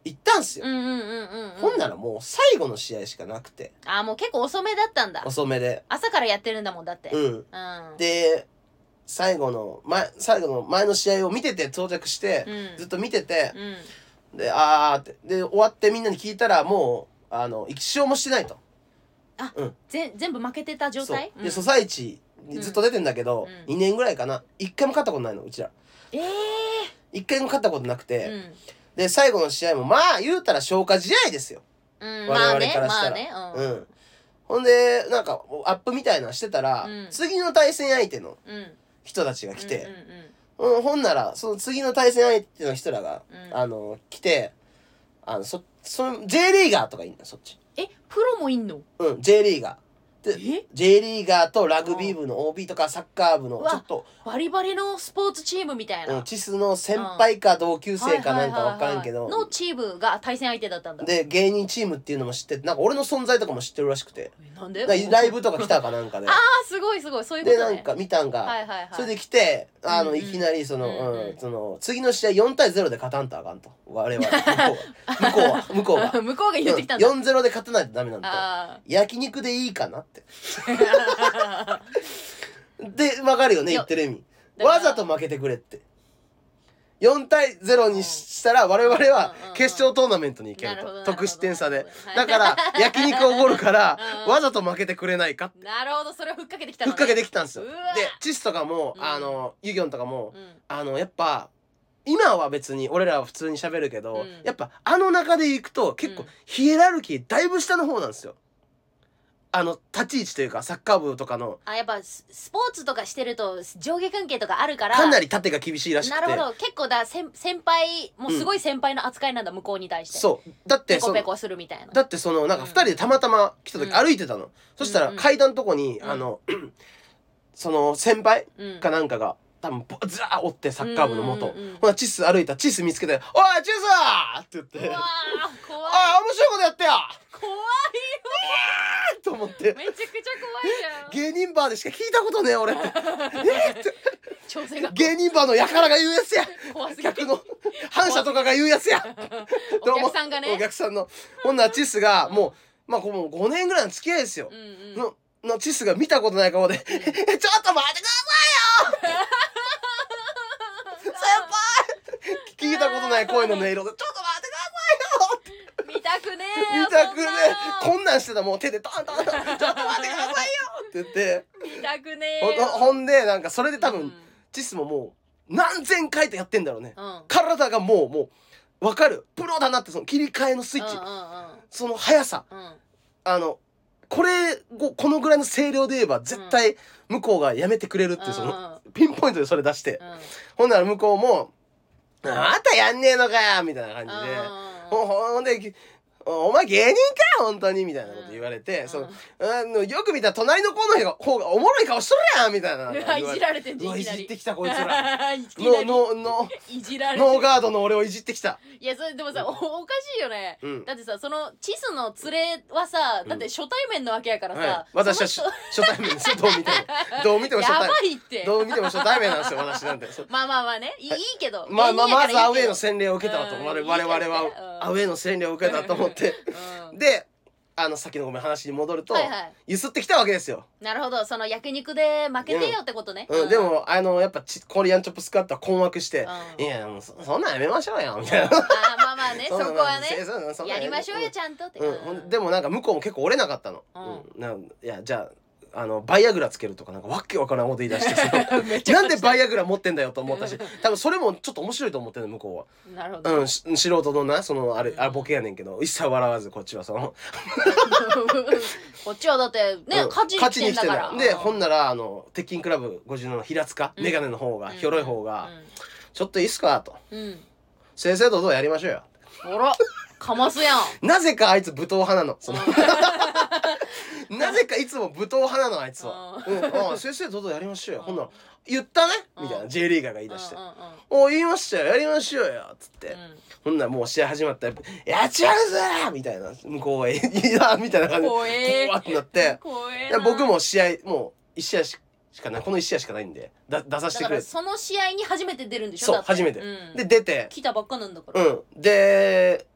行ったんすよ。ほんならもう最後の試合しかなくて。 あ、もう結構遅めだったんだ。 遅めで。 朝からやってるんだもんだって。 で、最後の前の試合を見てて到着して、ずっと見てて、で、って。で、終わってみんなに聞いたら、もう、一勝もしてないと。 全部負けてた状態で、ソサイチにずっと出てんだけど、2年ぐらいかな。1回も勝ったことないの、うちら。1回も勝ったことなくて、で、最後の試合も、まあ、言うたら消化試合ですよ。我々からしたら。ほんで、なんか、アップみたいなのしてたら、次の対戦相手の人たちが来て、ほんなら、その次の対戦相手の人らが、来て、J リーガーとかいんの、そっち。 プロもいんの J リーガー。で J リーガーとラグビー部の OB とかサッカー部のちょっとバリバリのスポーツチームみたいな、 チスの先輩か同級生かなんか分からんけどのチームが対戦相手だったんだ。 で芸人チームっていうのも知ってて、なんか俺の存在とかも知ってるらしくて、 なんでライブとか来たかなんかですごいそういうことね。でなんか見たんが、それで来ていきなりその次の試合4対0で勝たんとあかんと、我々向こうが向こうが言ってきたんだ。 4-0で勝たないとダメなんと、焼肉でいいかなってで分かるよね言ってる意味。わざと負けてくれって、4対0にしたら我々は決勝トーナメントに行けると、得失点差で。だから焼肉おごるからわざと負けてくれないかって。 なるほど、それをふっかけてきたのね。 ふっかけてきたんですよ。でチスとかもユギョンとかもやっぱ今は別に俺らは普通に喋るけど、やっぱ中で行くと結構ヒエラルキーだいぶ下の方なんですよ。立ち位置というかサッカー部とかのやっぱスポーツとかしてると上下関係とかあるからかなり縦が厳しいらしくて。 なるほど、結構先輩もうすごい先輩の扱いなんだ、向こうに対して。 そうだってペコペコするみたいな。 だってなんか2人でたまたま来た時歩いてたの、そしたら階段のとこにその先輩かなんかが多分ずらーおって、サッカー部の元、ほなチス歩いた、チス見つけて「おいチス!」って言って「おい面白いことやってよ!」 怖いよと思って、 めちゃくちゃ怖いじゃん。芸人バーでしか聞いたことねえ俺って調整が芸人バーのやからが言うやつや、客の反社とかが言うやつやお客さんがね、 お客さんの。ほんならチスがもう5年ぐらいの付き合いですよ、のチスが見たことない顔で「ちょっと待ってくださいよ先輩!」聞いたことない声の音色で「ちょっと待ってくださいよ!」 見たくねえ見たくねえ、こんなんしてたらもう手でトントントン「ちょっと待ってくださいよ!」って言って見たくねえほんでなんかそれで多分、チスももう何千回とやってんだろうね、体がもう分かる、プロだなって、その切り替えのスイッチ、その速さ、このぐらいの声量で言えば絶対向こうがやめてくれるっていう、そのピンポイントでそれ出して、ほんなら向こうも「またやんねえのかよ!」みたいな感じで、ほんで「お前芸人か本当に」みたいなこと言われて、よく見たら隣の子の方がおもろい顔しとるやんみたいな。 いじられてんじゃん、 いじってきたこいつらいじられてノーガードの俺をいじってきた。 いやそれでもさ、おかしいよね、だってさ、そのチスの連れはさ、だって初対面なわけやからさ、 私は初対面ですよ、どう見ても初対面。 やばいって、 どう見ても初対面なんですよ私なんて。 まあね、いいけど、 まずアウェーの洗礼を受けたと、我々はアウェーの洗礼を受けたと思ってでさっきの話に戻ると、ゆすってきたわけですよ。 なるほど、その焼肉で負けてよってことね。 でもやっぱコリアンチョップスクワットは困惑して「いやそんなんやめましょうよ」みたいな。 まあね、そこはねやりましょうよちゃんとって。 でもなんか向こうも結構折れなかったの。いやじゃあバイアグラつけるとかなんかわけわからんこと言い出してなんでバイアグラ持ってんだよと思ったし、多分それもちょっと面白いと思ってる向こうは。なるほど。 素人のな、そのあれボケやねんけど、一切笑わずこっちはこっちはだってね勝ちに来てんだから。 でほんなら鉄筋クラブ50の平塚メガネの方がひょろい方が「ちょっといいっすか?」と「先生とどうやりましょうよ」。 あらかますやん。 なぜかあいつ武闘派なの。なぜかいつも武闘派なのあいつは。先生どうぞやりましょうよ。ほんなら言ったねみたいな J リーガーが言い出して「お言いましたよ、やりましょうよ」っつって、ほんならもう試合始まったら「やっちゃうぞ!」みたいな、向こうが「いや」みたいな感じで怖ってなって、僕も試合もう1試合しかない、この1試合しかないんで出させてくれ。 その試合に初めて出るんでしょ。 そう初めてで出て来たばっかなんだから。 で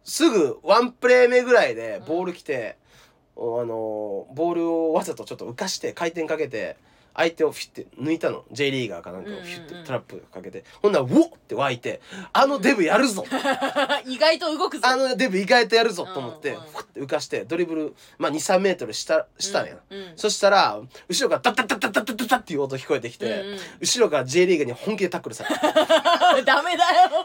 すぐワンプレー目ぐらいでボール来て、ボールをわざとちょっと浮かして回転かけて相手をフィッて抜いたの。 J リーガーかなんかをフィッてトラップかけて、ほんならウォッって湧いて、デブやるぞ意外と動くぞ、 デブ意外とやるぞと思って、フッて浮かしてドリブル、2、3メートルしたんや、そしたら後ろからダッダッダッダッダッダッダッっていう音聞こえてきて、後ろから J リーガーに本気でタックルされたダメだよ、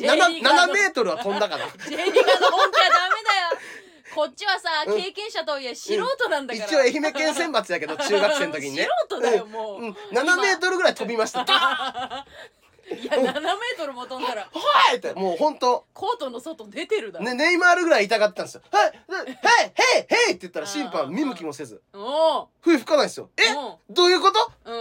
7メートルは飛んだから J リーガーの本気はダメだよ。こっちはさ、経験者とはいえ素人なんだから、 一応愛媛県選抜やけど中学生の時にね素人だよもう、 7メートルぐらい飛びましたいや7メートルも飛んだらはいってもうほんとコートの外出てるだろ、 ね、ネイマールぐらい痛がってたんですよ。はい、はい、ヘイって言ったら審判見向きもせず笛吹かないんですよ。どういうこと、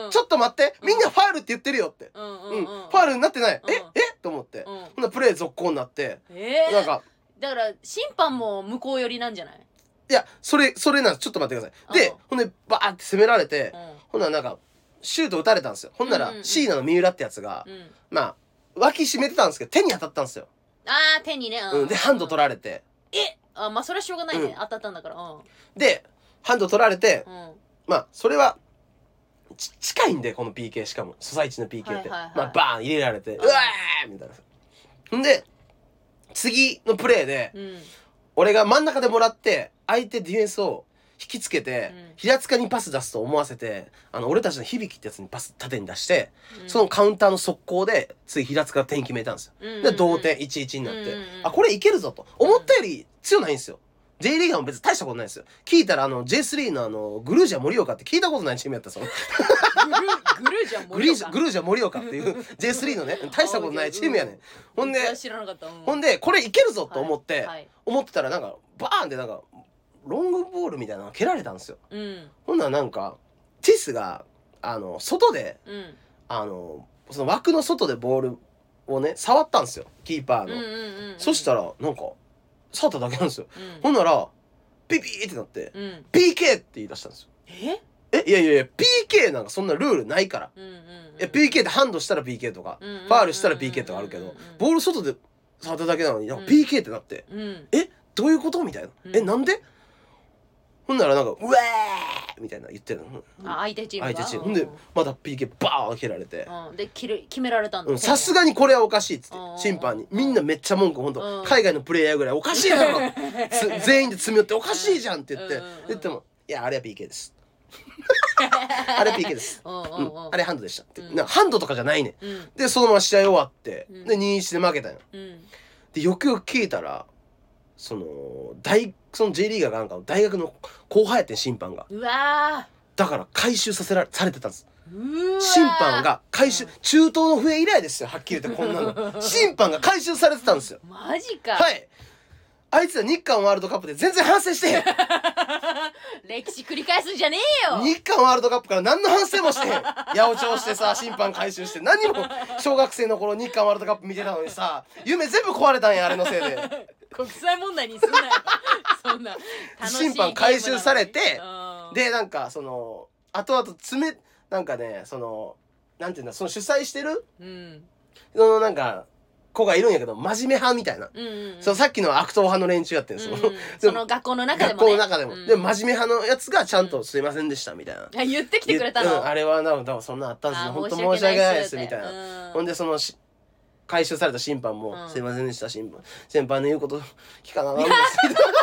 ちょっと待って、みんなファールって言ってるよって、ファールになってない、と思って、ほんなプレー続行になって、なんかだから審判も向こう寄りなんじゃない？ いや、それなんです。ちょっと待ってください。で、ほんでバーって攻められて、ほんならなんかシュート打たれたんですよ。ほんなら椎名の三浦ってやつが、脇締めてたんですけど手に当たったんですよ。 手にね。 でハンド取られて、 それはしょうがないね、当たったんだから。でハンド取られて、それは近いんで、この PK、 しかもソサイチの PK ってバーン入れられて、うわーみたいな。んで次のプレーで、俺が真ん中でもらって相手ディフェンスを引きつけて、平塚にパス出すと思わせて、俺たちの響ってやつにパス縦に出して、そのカウンターの速攻で次平塚が点決めたんですよ。で同点 1-1 になって、これいけるぞと思ったより強ないんですよ。J リーガーも別に大したことないですよ。聞いたらJ3 のグルージャ盛岡って聞いたことないチームやったそのグルージャ盛岡っていう J3 のね大したことないチームやねん。ほんで知らなかった。 ほんでこれいけるぞと思ってたら、なんかバーンってなんかロングボールみたいなの蹴られたんですよ。ほんならなんかティスが外でその枠の外でボールをね触ったんですよ、キーパーの。そしたらなんか触っただけなんですよ。ほんならピピーってなって、PK って言い出したんですよ。いや PK なんかそんなルールないから。PK ってハンドしたら PK とか、ファールしたら PK とかあるけど、ボール外で触っただけなのになんか PK ってなって、どういうことみたいな。なんで？ほんならなんかうわーみたいな言ってるの。 相手チームが。 ほんでまた PK バーン蹴られて、 で決められたんだ。 さすがにこれはおかしいっつって審判にみんなめっちゃ文句、ほんと海外のプレイヤーぐらいおかしいだろ全員で詰め寄っておかしいじゃんって言っても、いやあれは PK ですあれ PK ですあれハンドでしたって、ハンドとかじゃないね。でそのまま試合終わってで 2-1 で負けたんよ。でよくよく聞いたらその J リーガーがなんか大学の後輩やってん審判が。だから回収されてたんです。審判が回収、中東の笛以来ですよ、はっきり言って。こんなの審判が回収されてたんですよ。 マジか。 はい。あいつら日韓ワールドカップで全然反省してへん歴史繰り返すんじゃねえよ。 日韓ワールドカップから何の反省もしてへん。八百長してさ、審判回収して、何も小学生の頃日韓ワールドカップ見てたのにさ、夢全部壊れたんや、あれのせいで。 国際問題にすんなよそんな楽しい審判回収されて、でなんかその後々なんかね、そのなんていうんだ、その主催してる、そのなんか子がいるんやけど、真面目派みたいな、そのさっきの悪党派の連中やってんですよ、 その学校の中でもね、 学校の中でも、で真面目派のやつがちゃんと「すいませんでした」みたいな言ってきてくれたの。 あれは多分そんなあったんですよ、本当申し訳ないですみたいな。ほんでその回収された審判も「すいませんでした、先輩の言うこと聞かなかったんです」みたいな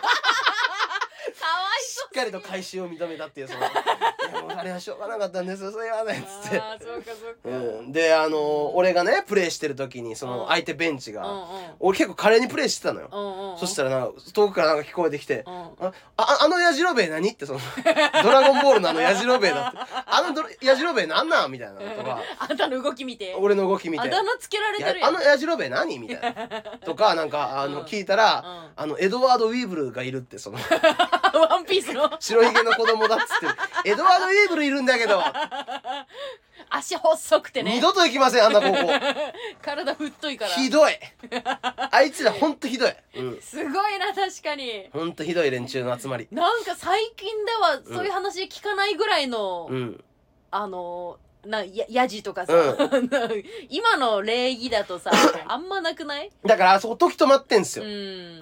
しっかりと回収を認めたっていう、そのいやもうあれはしょうがなかったんですよ、それはねっつって。で俺がねプレーしてる時にその相手ベンチが、俺結構華麗にプレーしてたのよ。そしたらなんか遠くからなんか聞こえてきて「あのやじろべえ何?」って、そのドラゴンボールのやじろべえだって、やじろべえなんなんみたいなとか、 あんたの動き見て、 俺の動き見て、 あだ名つけられてるやん。 やじろべえ何みたいなとか、なんか聞いたらエドワード・ウィーブルがいるって、そのワンピースの白ひげの子供だっつってエドワード・ウィーブルいるんだけど足細くてね、 二度と行きません、あんな高校体太いからひどいあいつらほんとひどい、 すごいな、確かにほんとひどい連中の集まり。 なんか最近ではそういう話聞かないぐらいのやじとかさ、今の礼儀だとさあんまなくない？ だからあそこ時止まってんすよ。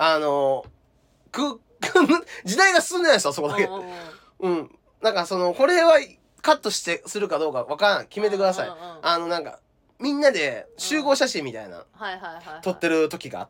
時代が進んでないですよ、そこだけ。なんかこれはカットするかどうかわからない。決めてください。なんか、みんなで集合写真みたいな、撮ってる時があって、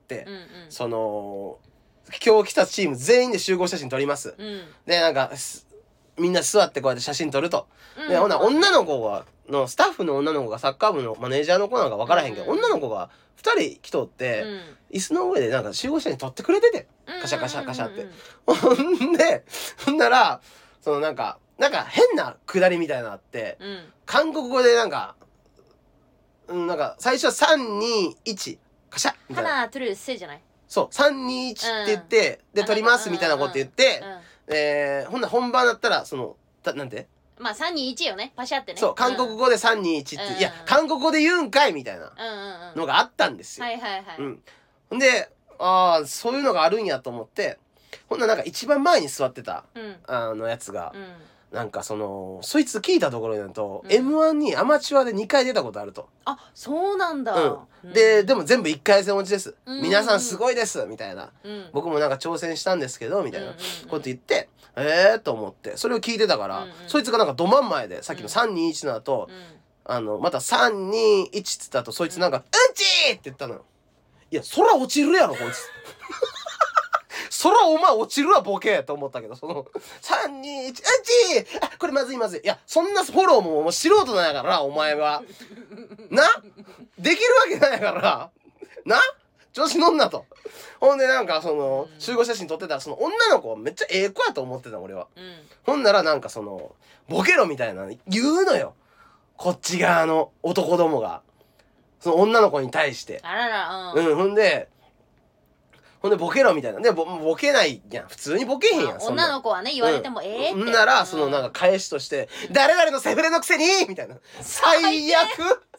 今日来たチーム全員で集合写真撮ります。で、なんか、みんな座ってこうやって写真撮ると。で、ほんなら女の子スタッフの女の子がサッカー部のマネージャーの子なんか分からへんけど、女の子が2人来とって、椅子の上でなんか集合写真撮ってくれてて、カシャカシャカシャって。ほんなら、なんか変なくだりみたいなのあって、韓国語でなんか最初は3、2、1、カシャみたいな。 花トゥルーセじゃない？ そう、3、2、1って言って、で、撮りますみたいなこと言って、ほんなら本番だったら、なんてまあ、3、2、1よね。パシャってね。 そう、韓国語で3、2、1って、いや、韓国語で言うんかいみたいなのがあったんですよ。ほんで、そういうのがあるんやと思って、ほんならなんか一番前に座ってた、やつが、なんかそいつ聞いたところによると、M1 にアマチュアで2回出たことあると。 あ、そうなんだ。 でも全部1回戦落ちです。皆さんすごいです、みたいな。僕もなんか挑戦したんですけど、みたいなこと言って、と思って、それを聞いてたから、そいつがなんかど真ん前で、さっきの3、2、1の後、また3、2、1っつった後、そいつなんか、うんちーって言ったのよ。いや、そら落ちるやろ、こいつ。そらお前落ちるわボケと思ったけど、3、2、1、うんちーこれまずいまずい。いや、そんなフォローも素人なんやから、お前は。なできるわけないからな調子乗んなと。ほんでなんか集合写真撮ってたら女の子めっちゃええ子やと思ってた俺は。ほんならなんかボケろみたいな言うのよ。こっち側の男どもが。女の子に対して。 あらら、 ほんでボケろみたいな。で、ボケないやん。普通にボケへんやん。 女の子はね、言われてもええって。 なら、なんか返しとして、誰々のセフレのくせにみたいな。最悪最低すぎる最低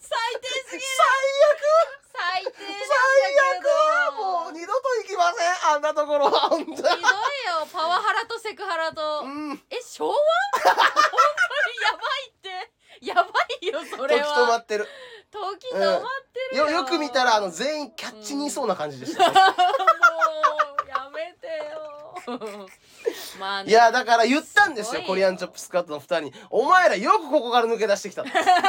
最悪もう二度と行きませんあんなところは。本当に。ひどいよ。 パワハラとセクハラと。昭和本当にやばいって。やばいよ、それは。 時止まってる。 時止まってるよ。 よく見たら、全員キャッチにいそうな感じでした。 もう、やめてよ。まあね。 いや、だから言ったんですよ、コリアンチョップスカットの2人に。お前らよくここから抜け出してきた。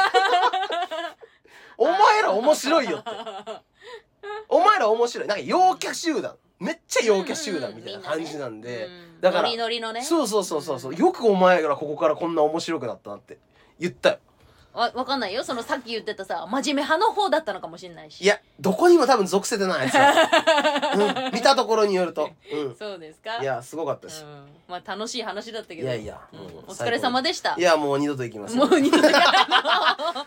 お前ら面白いよって。お前ら面白い。なんか陽キャ集団。めっちゃ陽キャ集団みたいな感じなんで。だから、 ノリのね。 そう。よくお前らここからこんな面白くなったなって言ったよ。 わかんないよ。さっき言ってたさ、真面目派の方だったのかもしれないし。 いや、どこにも多分属せてないやつだ。見たところによると。 そうですか。 いや、すごかったし。 まあ楽しい話だったけど。 いや、 お疲れ様でした。 いや、もう二度と行きます。 もう二度と行かない。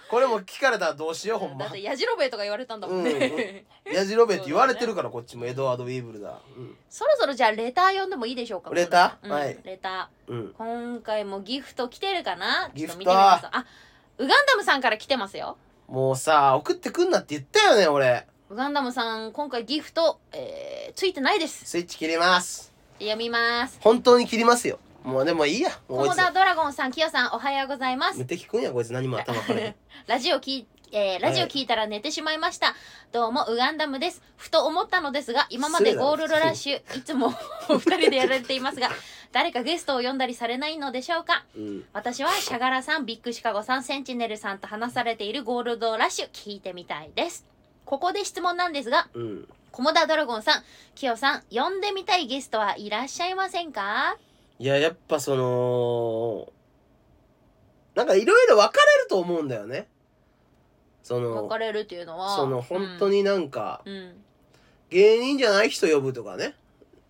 これも聞かれたらどうしよう、ほんま。 だって、やじろべえとか言われたんだもんね。 やじろべえって言われてるから、こっちもエドワード・ウィーブルだ。 そろそろじゃあレター読んでもいいでしょうか。 レター？はい。 レター。今回もギフト来てるかな？ ギフト。 見てみます。あ、ウガンダムさんから来てますよ。 もうさ、送ってくんなって言ったよね、俺。 ウガンダムさん、今回ギフト、ついてないです。 スイッチ切ります。 読みます。 本当に切りますよ。もうでもいいや。 コモダドラゴンさん、キヨさん、おはようございます。 無敵くんや、こいつ何も頭からラジオ聞いたら寝てしまいました。どうも、ウガンダムです。ふと思ったのですが、今までゴールドラッシュ、いつもお二人でやられていますが、誰かゲストを呼んだりされないのでしょうか。私はシャガラさん、ビッグシカゴさん、センチネルさんと話されているゴールドラッシュ、聞いてみたいです。ここで質問なんですが、コモダドラゴンさん、キヨさん、呼んでみたいゲストはいらっしゃいませんか？ いや、やっぱなんかいろいろ分かれると思うんだよね。 分かれるっていうのは本当になんか、芸人じゃない人呼ぶとかね。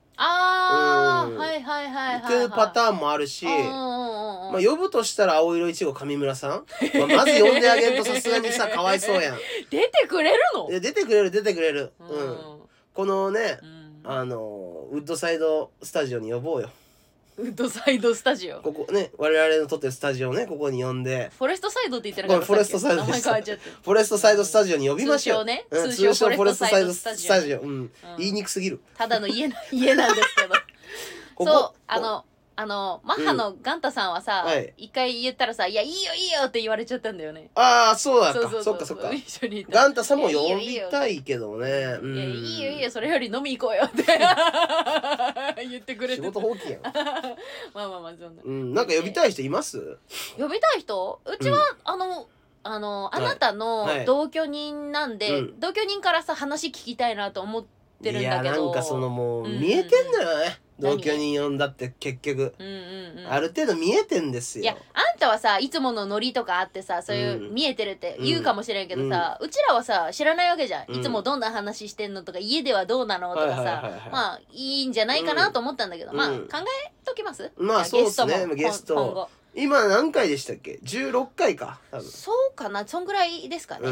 はいっていうパターンもあるし、まあ呼ぶとしたら青色いちご上村さん、まず呼んであげんとさすがにさかわいそうやん。 出てくれるの？ 出てくれる。このね、ウッドサイドスタジオに呼ぼうよ。 ウッドサイドスタジオ。 ここね、我々の撮ってるスタジオね、ここに呼んで。 フォレストサイドって言ってなかったっけ？ フォレストサイドでした。フォレストサイドスタジオに呼びましょう。 通称フォレストサイドスタジオ。 言いにくすぎる。 ただの家なんですけど。そう、 マッハのガンタさんはさ、一回言ったらさ、いや、いいよいいよって言われちゃったんだよね。 ああ、そうだった。そっかそっか。 一緒にガンタさんも呼びたいけどね。いや、 いいよいいよ、それより飲み行こうよって言ってくれて。 仕事放棄やん。 まあまあまあ、そんな。 なんか呼びたい人います？ 呼びたい人？うちは、あなたの同居人なんで、同居人からさ、話聞きたいなと思ってるんだけど。 いや、なんかもう、見えてんのよね。同居人呼んだって結局、ある程度見えてんですよ。 いや、あんたはさ、いつものノリとかあってさ、そういう見えてるって言うかもしれんけどさ、うちらはさ、知らないわけじゃん。いつもどんな話してんのとか、家ではどうなのとかさ、まあ、いいんじゃないかなと思ったんだけど、まあ、考えときます？ まあ、そうですね、ゲスト。今何回でしたっけ？16回か。 そうかな、そんぐらいですかね。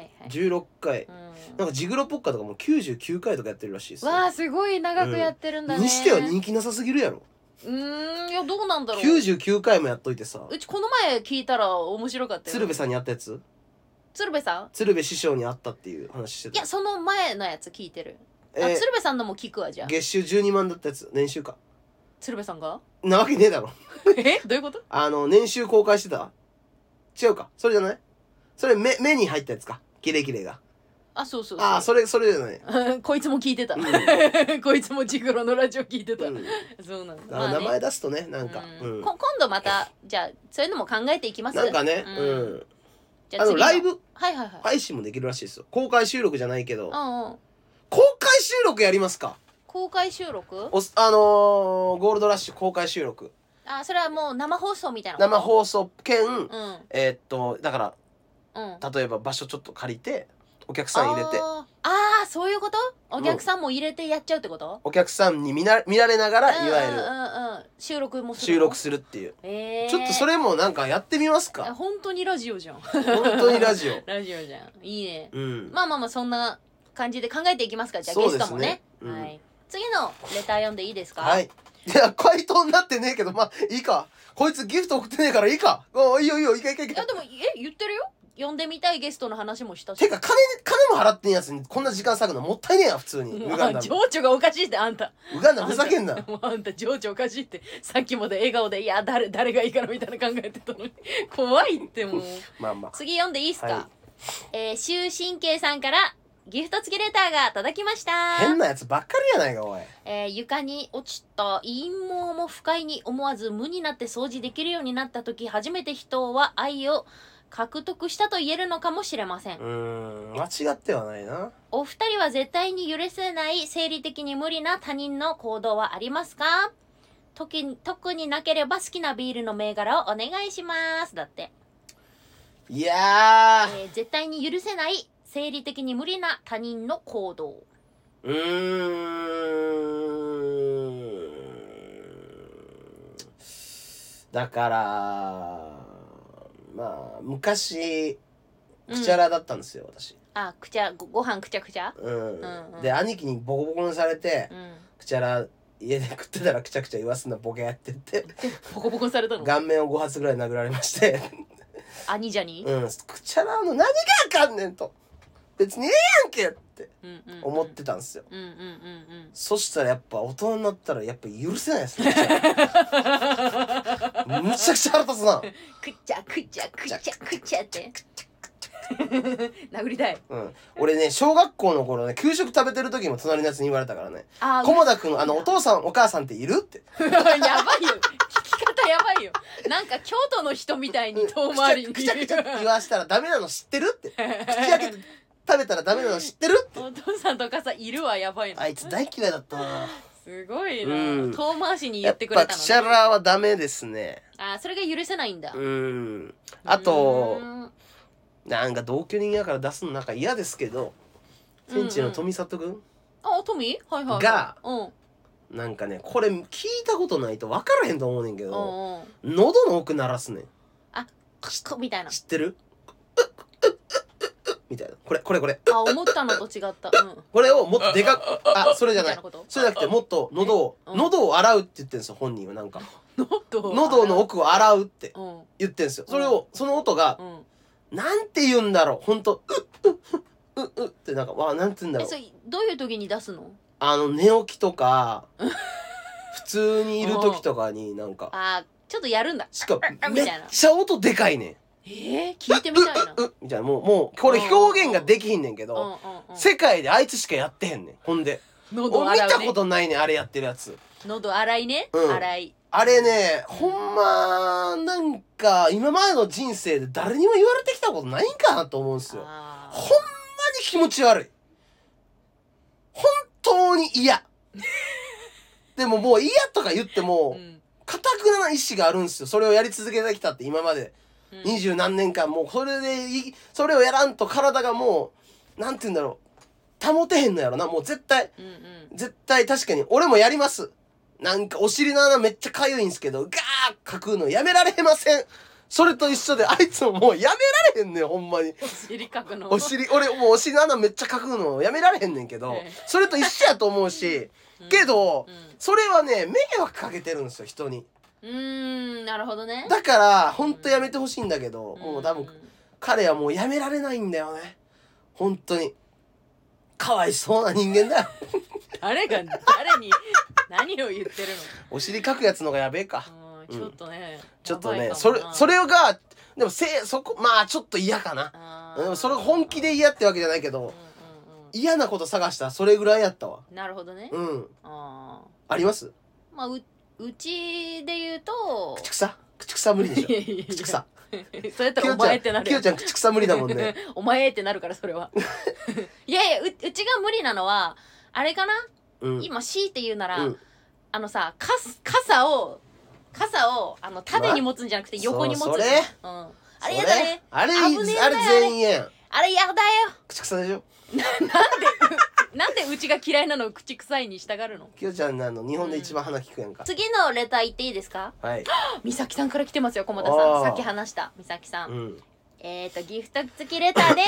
16回。なんかジグロポッカとかも99回とかやってるらしいです。 わあ、すごい長くやってるんだね。 にしては人気なさすぎるやろ。 いや、どうなんだろう。 99回もやっといてさ。 うちこの前聞いたら面白かったよ。 鶴瓶さんに会ったやつ？ 鶴瓶さん？ 鶴瓶師匠に会ったっていう話してた。 いや、その前のやつ聞いてる。鶴瓶さんのも聞くわ、じゃあ。 月収12万だったやつ、年収か。 鶴瓶さんが？ なわけねえだろ。 どういうこと？ 年収公開してた？違うか。それじゃない？それ目に入ったやつか。キレキレが。 あ、そうそう。 あ、それじゃない。 こいつも聞いてた。こいつもジグロのラジオ聞いてた。そうなんだ。 名前出すとね、なんか。 今度また、じゃあ、そういうのも考えていきます。 なんかね、ライブ配信もできるらしいですよ。公開収録じゃないけど。公開収録やりますか？ 公開収録？ ゴールドラッシュ公開収録。 あ、それはもう生放送みたいな。 生放送兼、だから、例えば場所ちょっと借りて、お客さん入れて。 ああ、そういうこと？お客さんも入れてやっちゃうってこと？ お客さんに見られながら、いわゆる、 収録もする。 収録するっていう。ちょっとそれもなんかやってみますか？ 本当にラジオじゃん。 本当にラジオ。 ラジオじゃん。いいね。まあまあまあ、そんな感じで考えていきますか。じゃあゲストもね。はい。次のレター読んでいいですか？ はい。いや、回答になってねえけど、まあ、いいか。こいつギフト送ってねえからいいか。いいよいいよ、いけいけいけ。 いや、でも、言ってるよ。呼んでみたいゲストの話もしたし。 てか、金も払ってんやつにこんな時間割くのもったいねえや、普通に。 ウガンダ。情緒がおかしいって、あんた。 ウガンダふざけんな。 あんた情緒おかしいって。さっきまで笑顔で、いや、誰がいいかなみたいな考えてたのに。怖いってもう。 まあまあ。 次読んでいいっすか？終身刑さんから、ギフト付きレターが届きました。 変なやつばっかりやないか、おい。床に落ちた陰謀も不快に思わず無になって掃除できるようになった時、初めて人は愛を獲得したと言えるのかもしれません。 間違ってはないな。 お二人は絶対に許せない生理的に無理な他人の行動はありますか？特になければ好きなビールの銘柄をお願いします。だって。 いやー、絶対に許せない生理的に無理な他人の行動。 だからまあ昔くちゃらだったんですよ、私。 あ、ご飯くちゃくちゃ。 で兄貴にボコボコにされて、くちゃら家で食ってたらくちゃくちゃ言わすんなボケやってってボコボコにされたの？ 顔面を5発ぐらい殴られまして兄じゃに？ くちゃらの何があかんねんと、別にええやんけって思ってたんですよ。そしたらやっぱ大人になったらやっぱ許せないですね。むちゃくちゃ腹立つな。 くっちゃくっちゃくっちゃくっちゃって殴りたい。 俺ね、小学校の頃ね、給食食べてる時も隣のやつに言われたからね。菰田くん、お父さんお母さんっているって。 やばいよ、聞き方やばいよ。なんか京都の人みたいに遠回りにくちゃくちゃ言わしたらダメなの知ってるって。口開けて食べたらダメなの知ってるって。 お父さんとお母さんいるわ、やばいな。 あいつ大嫌いだったな。 すごいな、遠回しに言ってくれたのね。 やっぱくちゃらはダメですね。 それが許せないんだ。 あとなんか同居人やから出すのなんか嫌ですけど、センチの富里くんトミはいはいがなんかね、これ聞いたことないと分からへんと思うねんけど、喉の奥鳴らすねん。 みたいな。 知ってる？みたいな。これ。 思ったのと違った。 これをもっとでかく、それじゃない。それじゃなくてもっと喉を洗うって言ってんですよ、本人は。なんか喉の奥を洗うって言ってんですよ。それをその音がなんて言うんだろう、ほんとってなんかなんて言うんだろう。 どういう時に出すの？ 寝起きとか普通にいる時とかになんかちょっとやるんだ。 しかもめっちゃ音でかいねん。 聞いてみたいな。 みたいなもうこれ表現ができひんねんけど、世界であいつしかやってへんねん。ほんで喉見たことないねん、あれやってるやつ。 喉洗いね、洗い。 あれね、ほんまなんか今までの人生で誰にも言われてきたことないんかなと思うんですよ。ほんまに気持ち悪い。本当に嫌。でももう嫌とか言っても、かたくなな意志があるんですよ。それをやり続けてきたって今まで。20何年間もうそれでそれをやらんと体がもう、なんて言うんだろう。保てへんのやろな。もう絶対、絶対確かに俺もやります。なんかお尻の穴めっちゃかゆいんすけど、ガーかくのやめられません。それと一緒であいつももうやめられへんねん、ほんまに。 お尻かくの。 俺もうお尻の穴めっちゃかくのやめられへんねんけど、それと一緒やと思うし、けど、それはね、迷惑かけてるんですよ、人に。 なるほどね。 だから、ほんとやめてほしいんだけど、もう多分、彼はもうやめられないんだよね。本当に。かわいそうな人間だよ。 誰に何を言ってるの。 お尻かくやつのがやべえか。 ちょっとね。 ちょっとね、それが、でもまあちょっと嫌かな。でもそれ本気で嫌ってわけじゃないけど、嫌なこと探したらそれぐらいやったわ。 なるほどね。 あります？ まあうちで言うと口草無理でしょ。口草。 そうやったらお前ってなる。 きよちゃん口草無理だもんね。 お前ってなるからそれは。いやいや、うちが無理なのはあれかな、今強いて言うなら、さ、傘を縦に持つんじゃなくて横に持つ。あれやだね。 あれ全員やん。 あれやだよ。 口草でしょ。 なんでうちが嫌いなのを口臭いに従うの。 きよちゃん日本で一番鼻利くやんか。 次のレター言っていいですか。 はい。 みさきさんから来てますよ、菰田さん。さっき話したみさきさん。ギフト付きレターです。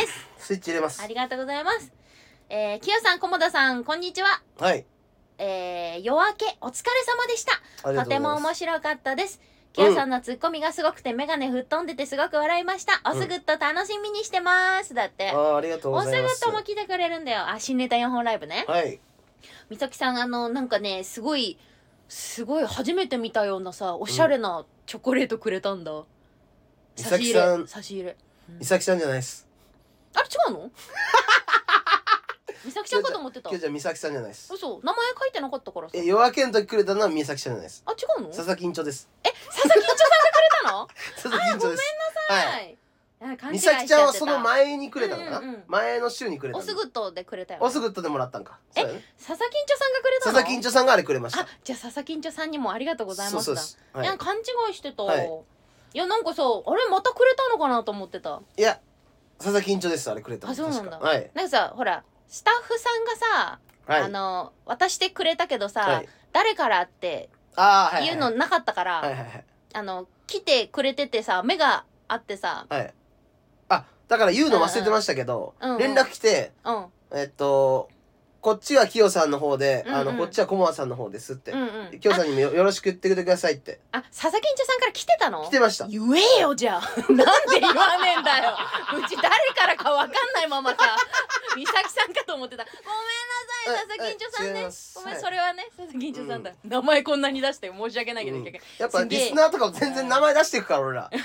スイッチ入れます。 ありがとうございます。きよさん、菰田さん、こんにちは。 はい。 夜明けお疲れ様でした。とても面白かったです。きよさんのツッコミがすごくてメガネ吹っ飛んでてすごく笑いました。おすぐっと楽しみにしてます。だって。 ありがとうございます。 おすぐっとも来てくれるんだよ。新ネタ4本ライブね。 はい。 みさきさん、なんかね、すごい初めて見たようなさ、おしゃれなチョコレートくれたんだ。差し入れ。 みさきさんじゃないです。 あれ違うの？みさきちゃんかと思ってた。 今日じゃみさきさんじゃないです。 嘘、名前書いてなかったからさ。 夜明けの時くれたのはみさきちゃんじゃないです。 あ、違うの？ 佐々木んちょです。 佐々木んちょさんがくれたの？ 佐々木んちょです。 ごめんなさい。 みさきちゃんはその前にくれたのかな、前の週にくれたおすぐっとでくれたよ、 おすぐっとでもらったんか。 佐々木んちょさんがくれたの？ 佐々木んちょさんがあれくれました。 じゃあ佐々木んちょさんにもありがとうございました。 そういや、勘違いしてた。いや、なんかさ、あれまたくれたのかなと思ってた。 いや、佐々木んちょです、あれくれたの。 あ、そうなんだ。 はい。 なんかさ、ほらスタッフさんがさ、渡してくれたけどさ、誰からっていうのなかったから、来てくれててさ、目があってさ、 だから言うの忘れてましたけど、連絡来て、こっちはきよさんの方で、こっちはこもわさんの方ですって、きよさんにもよろしく言ってくださいって。 佐々木んちょさんから来てたの？ 来てました。 言えよ、じゃあ。なんで言わねえんだよ。うち誰からかわかんないままさ、みさきさんかと思ってた。ごめんなさい、佐々木んちょさんね。ごめん、それはね、佐々木んちょさんだ。名前こんなに出して申し訳ないけど、 やっぱリスナーとかも全然名前出していくから、俺ら。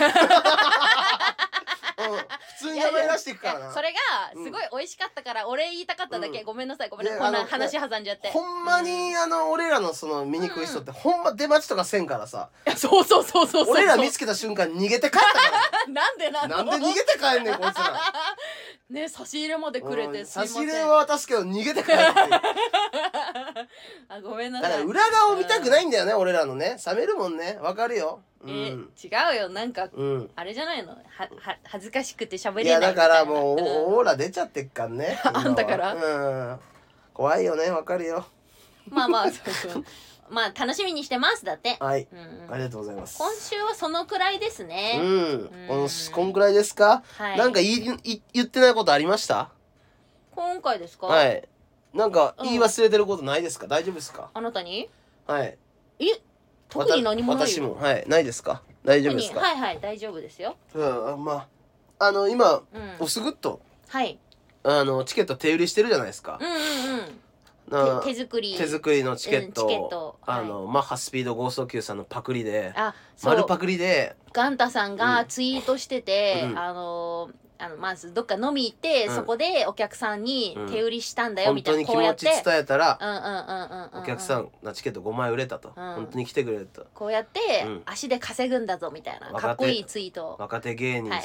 普通に名前出していくからな。 それがすごい美味しかったから俺言いたかっただけ。ごめんなさい、ごめんなさい、こんな話挟んじゃって。 ほんまに俺らのその見にくい人ってほんま出待ちとかせんからさ。 そう俺ら見つけた瞬間逃げて帰ったからなんで逃げて帰んねんこいつらね。差し入れまでくれて差し入れは渡すけど逃げて帰ってごめんなさい。 だから裏側を見たくないんだよね、俺らのね。冷めるもんね、わかるよ。 違うよ、なんかあれじゃないの、恥ずかしくて喋れない。いやだからもうオーラ出ちゃってっかんね。 あんたから怖いよね、わかるよ。 まあまあ楽しみにしてます。だって。 はい、ありがとうございます。 今週はそのくらいですね。 こんくらいですか。なんか言ってないことありました？ 今回ですか？ はい。なんか言い忘れてることないですか？大丈夫ですか？ あなたに？ はい。 特に何もないよ。 私もないですか？大丈夫ですか？ はい大丈夫ですよ。 まあ今おすぐっとチケット手売りしてるじゃないですか。 手作りのチケットを、マッハスピードゴースト級さんのパクリで、丸パクリでガンタさんがツイートしてて、まずどっか飲み行って、そこでお客さんに手売りしたんだよみたいな、 本当に気持ち伝えたらお客さんのチケット5枚売れたと、本当に来てくれた、 こうやって足で稼ぐんだぞみたいなかっこいいツイート若手芸人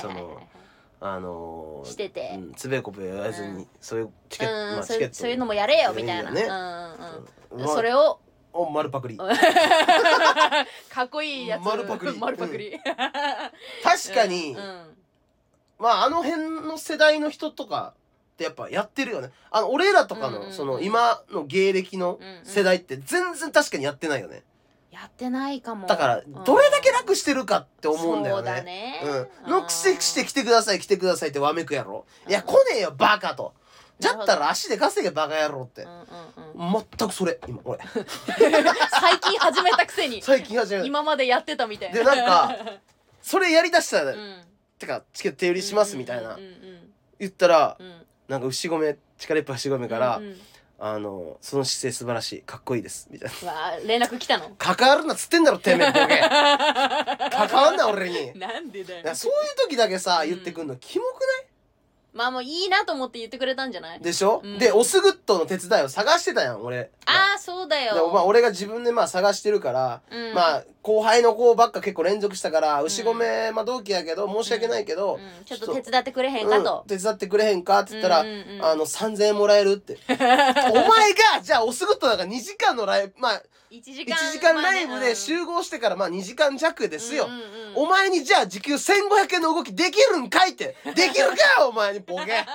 してて、 つべこべ言わずにそういうチケットそういうのもやれよみたいな、それを丸パクリかっこいいやつ丸パクリ確かにまあ辺の世代の人とかってやっぱやってるよね。俺らとかのその今の芸歴の世代って全然確かにやってないよね。 やってないかも。 だからどれだけ楽してるかって思うんだよね。 そうだね。 のくせして来てくださいってわめくやろ。いや来ねえよバカと。じゃったら足で稼げバカ野郎って。全くそれ今俺。 最近始めたくせに。今までやってたみたいな。 でなんかそれやりだしたら。てかチケット手売りしますみたいな言ったら、なんか牛込力いっぱい牛込からその姿勢素晴らしいかっこいいですみたいな連絡来たの。 関わるなっつってんだろてめえボケ関わんな俺に。 なんでだよ。 そういう時だけさ言ってくんのキモくない？ まあもういいなと思って言ってくれたんじゃないでしょ、でオスグッドの手伝いを探してたやん俺。 そうだよ。 まあ俺が自分でまあ探してるから、まあ後輩の子ばっか結構連続したから牛込まあ同期やけど申し訳ないけど、 ちょっと手伝ってくれへんかと、 手伝ってくれへんかって言ったら、3000円もらえるってお前がじゃあオスグッドだから2時間のライブまあ1時間ライブで集合してからまあ2時間弱ですよ。お前にじゃあ時給1500円の動きできるんかいってできるかお前にボケ。なめて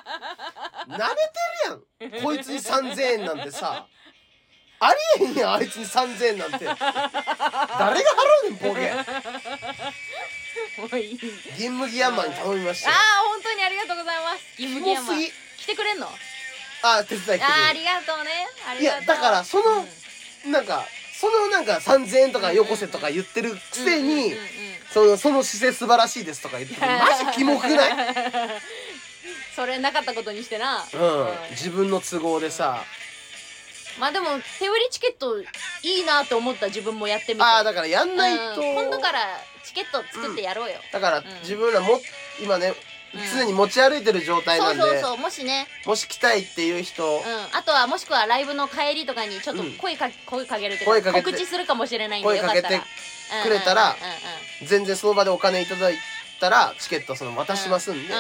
るやんこいつに3000円なんてさ。ありえへんやんあいつに3000円なんて。誰が払うねんボケ。銀麦ヤンマンに頼みました。 本当にありがとうございます。銀麦ヤンマン来てくれんの？ 手伝い来てくれる。 ありがとうね。 いやだからそのなんか3000円とかよこせとか言ってるくせにその姿勢素晴らしいですとか言ってる。マジキモくない？ それなかったことにしてな。 自分の都合でさ。 まあでも手売りチケットいいなと思った自分もやってみて。 だからやんないと。 今度からチケット作ってやろうよ。 だから自分らも今ね常に持ち歩いてる状態なんで、 そうもしね、 もし来たいっていう人、 あとはもしくはライブの帰りとかにちょっと声かけるっていうか告知するかもしれないんで、よかったら声かけてくれたら全然その場でお金いただいたらチケット渡しますんで、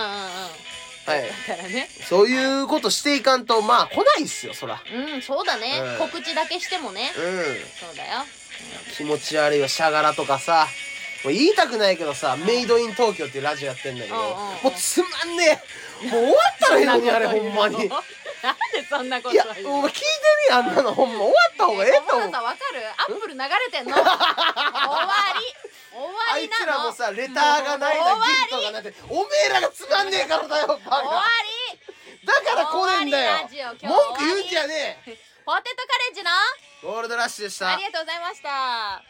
そういうことしていかんとまあ来ないっすよそら。 そうだね、告知だけしてもね。そうだよ。 気持ち悪いわシャガラとかさ。もう言いたくないけどさ、メイドイン東京っていうラジオやってんだけど、もうつまんねえ。もう終わったらいいのにあれほんまに。なんでそんなこと言うの？ いや、もう聞いてみあんなのほんま終わった方がええと思う。 わかる？アップル流れてんの？終わりなの。あいつらもさ、レターがないな、ギフトがなって、おめえらがつまんねえからだよ、バカ。 終わりだから来ねえんだよ。文句言うんじゃねえ。 ポテトカレッジのゴールドラッシュでした。 ありがとうございました。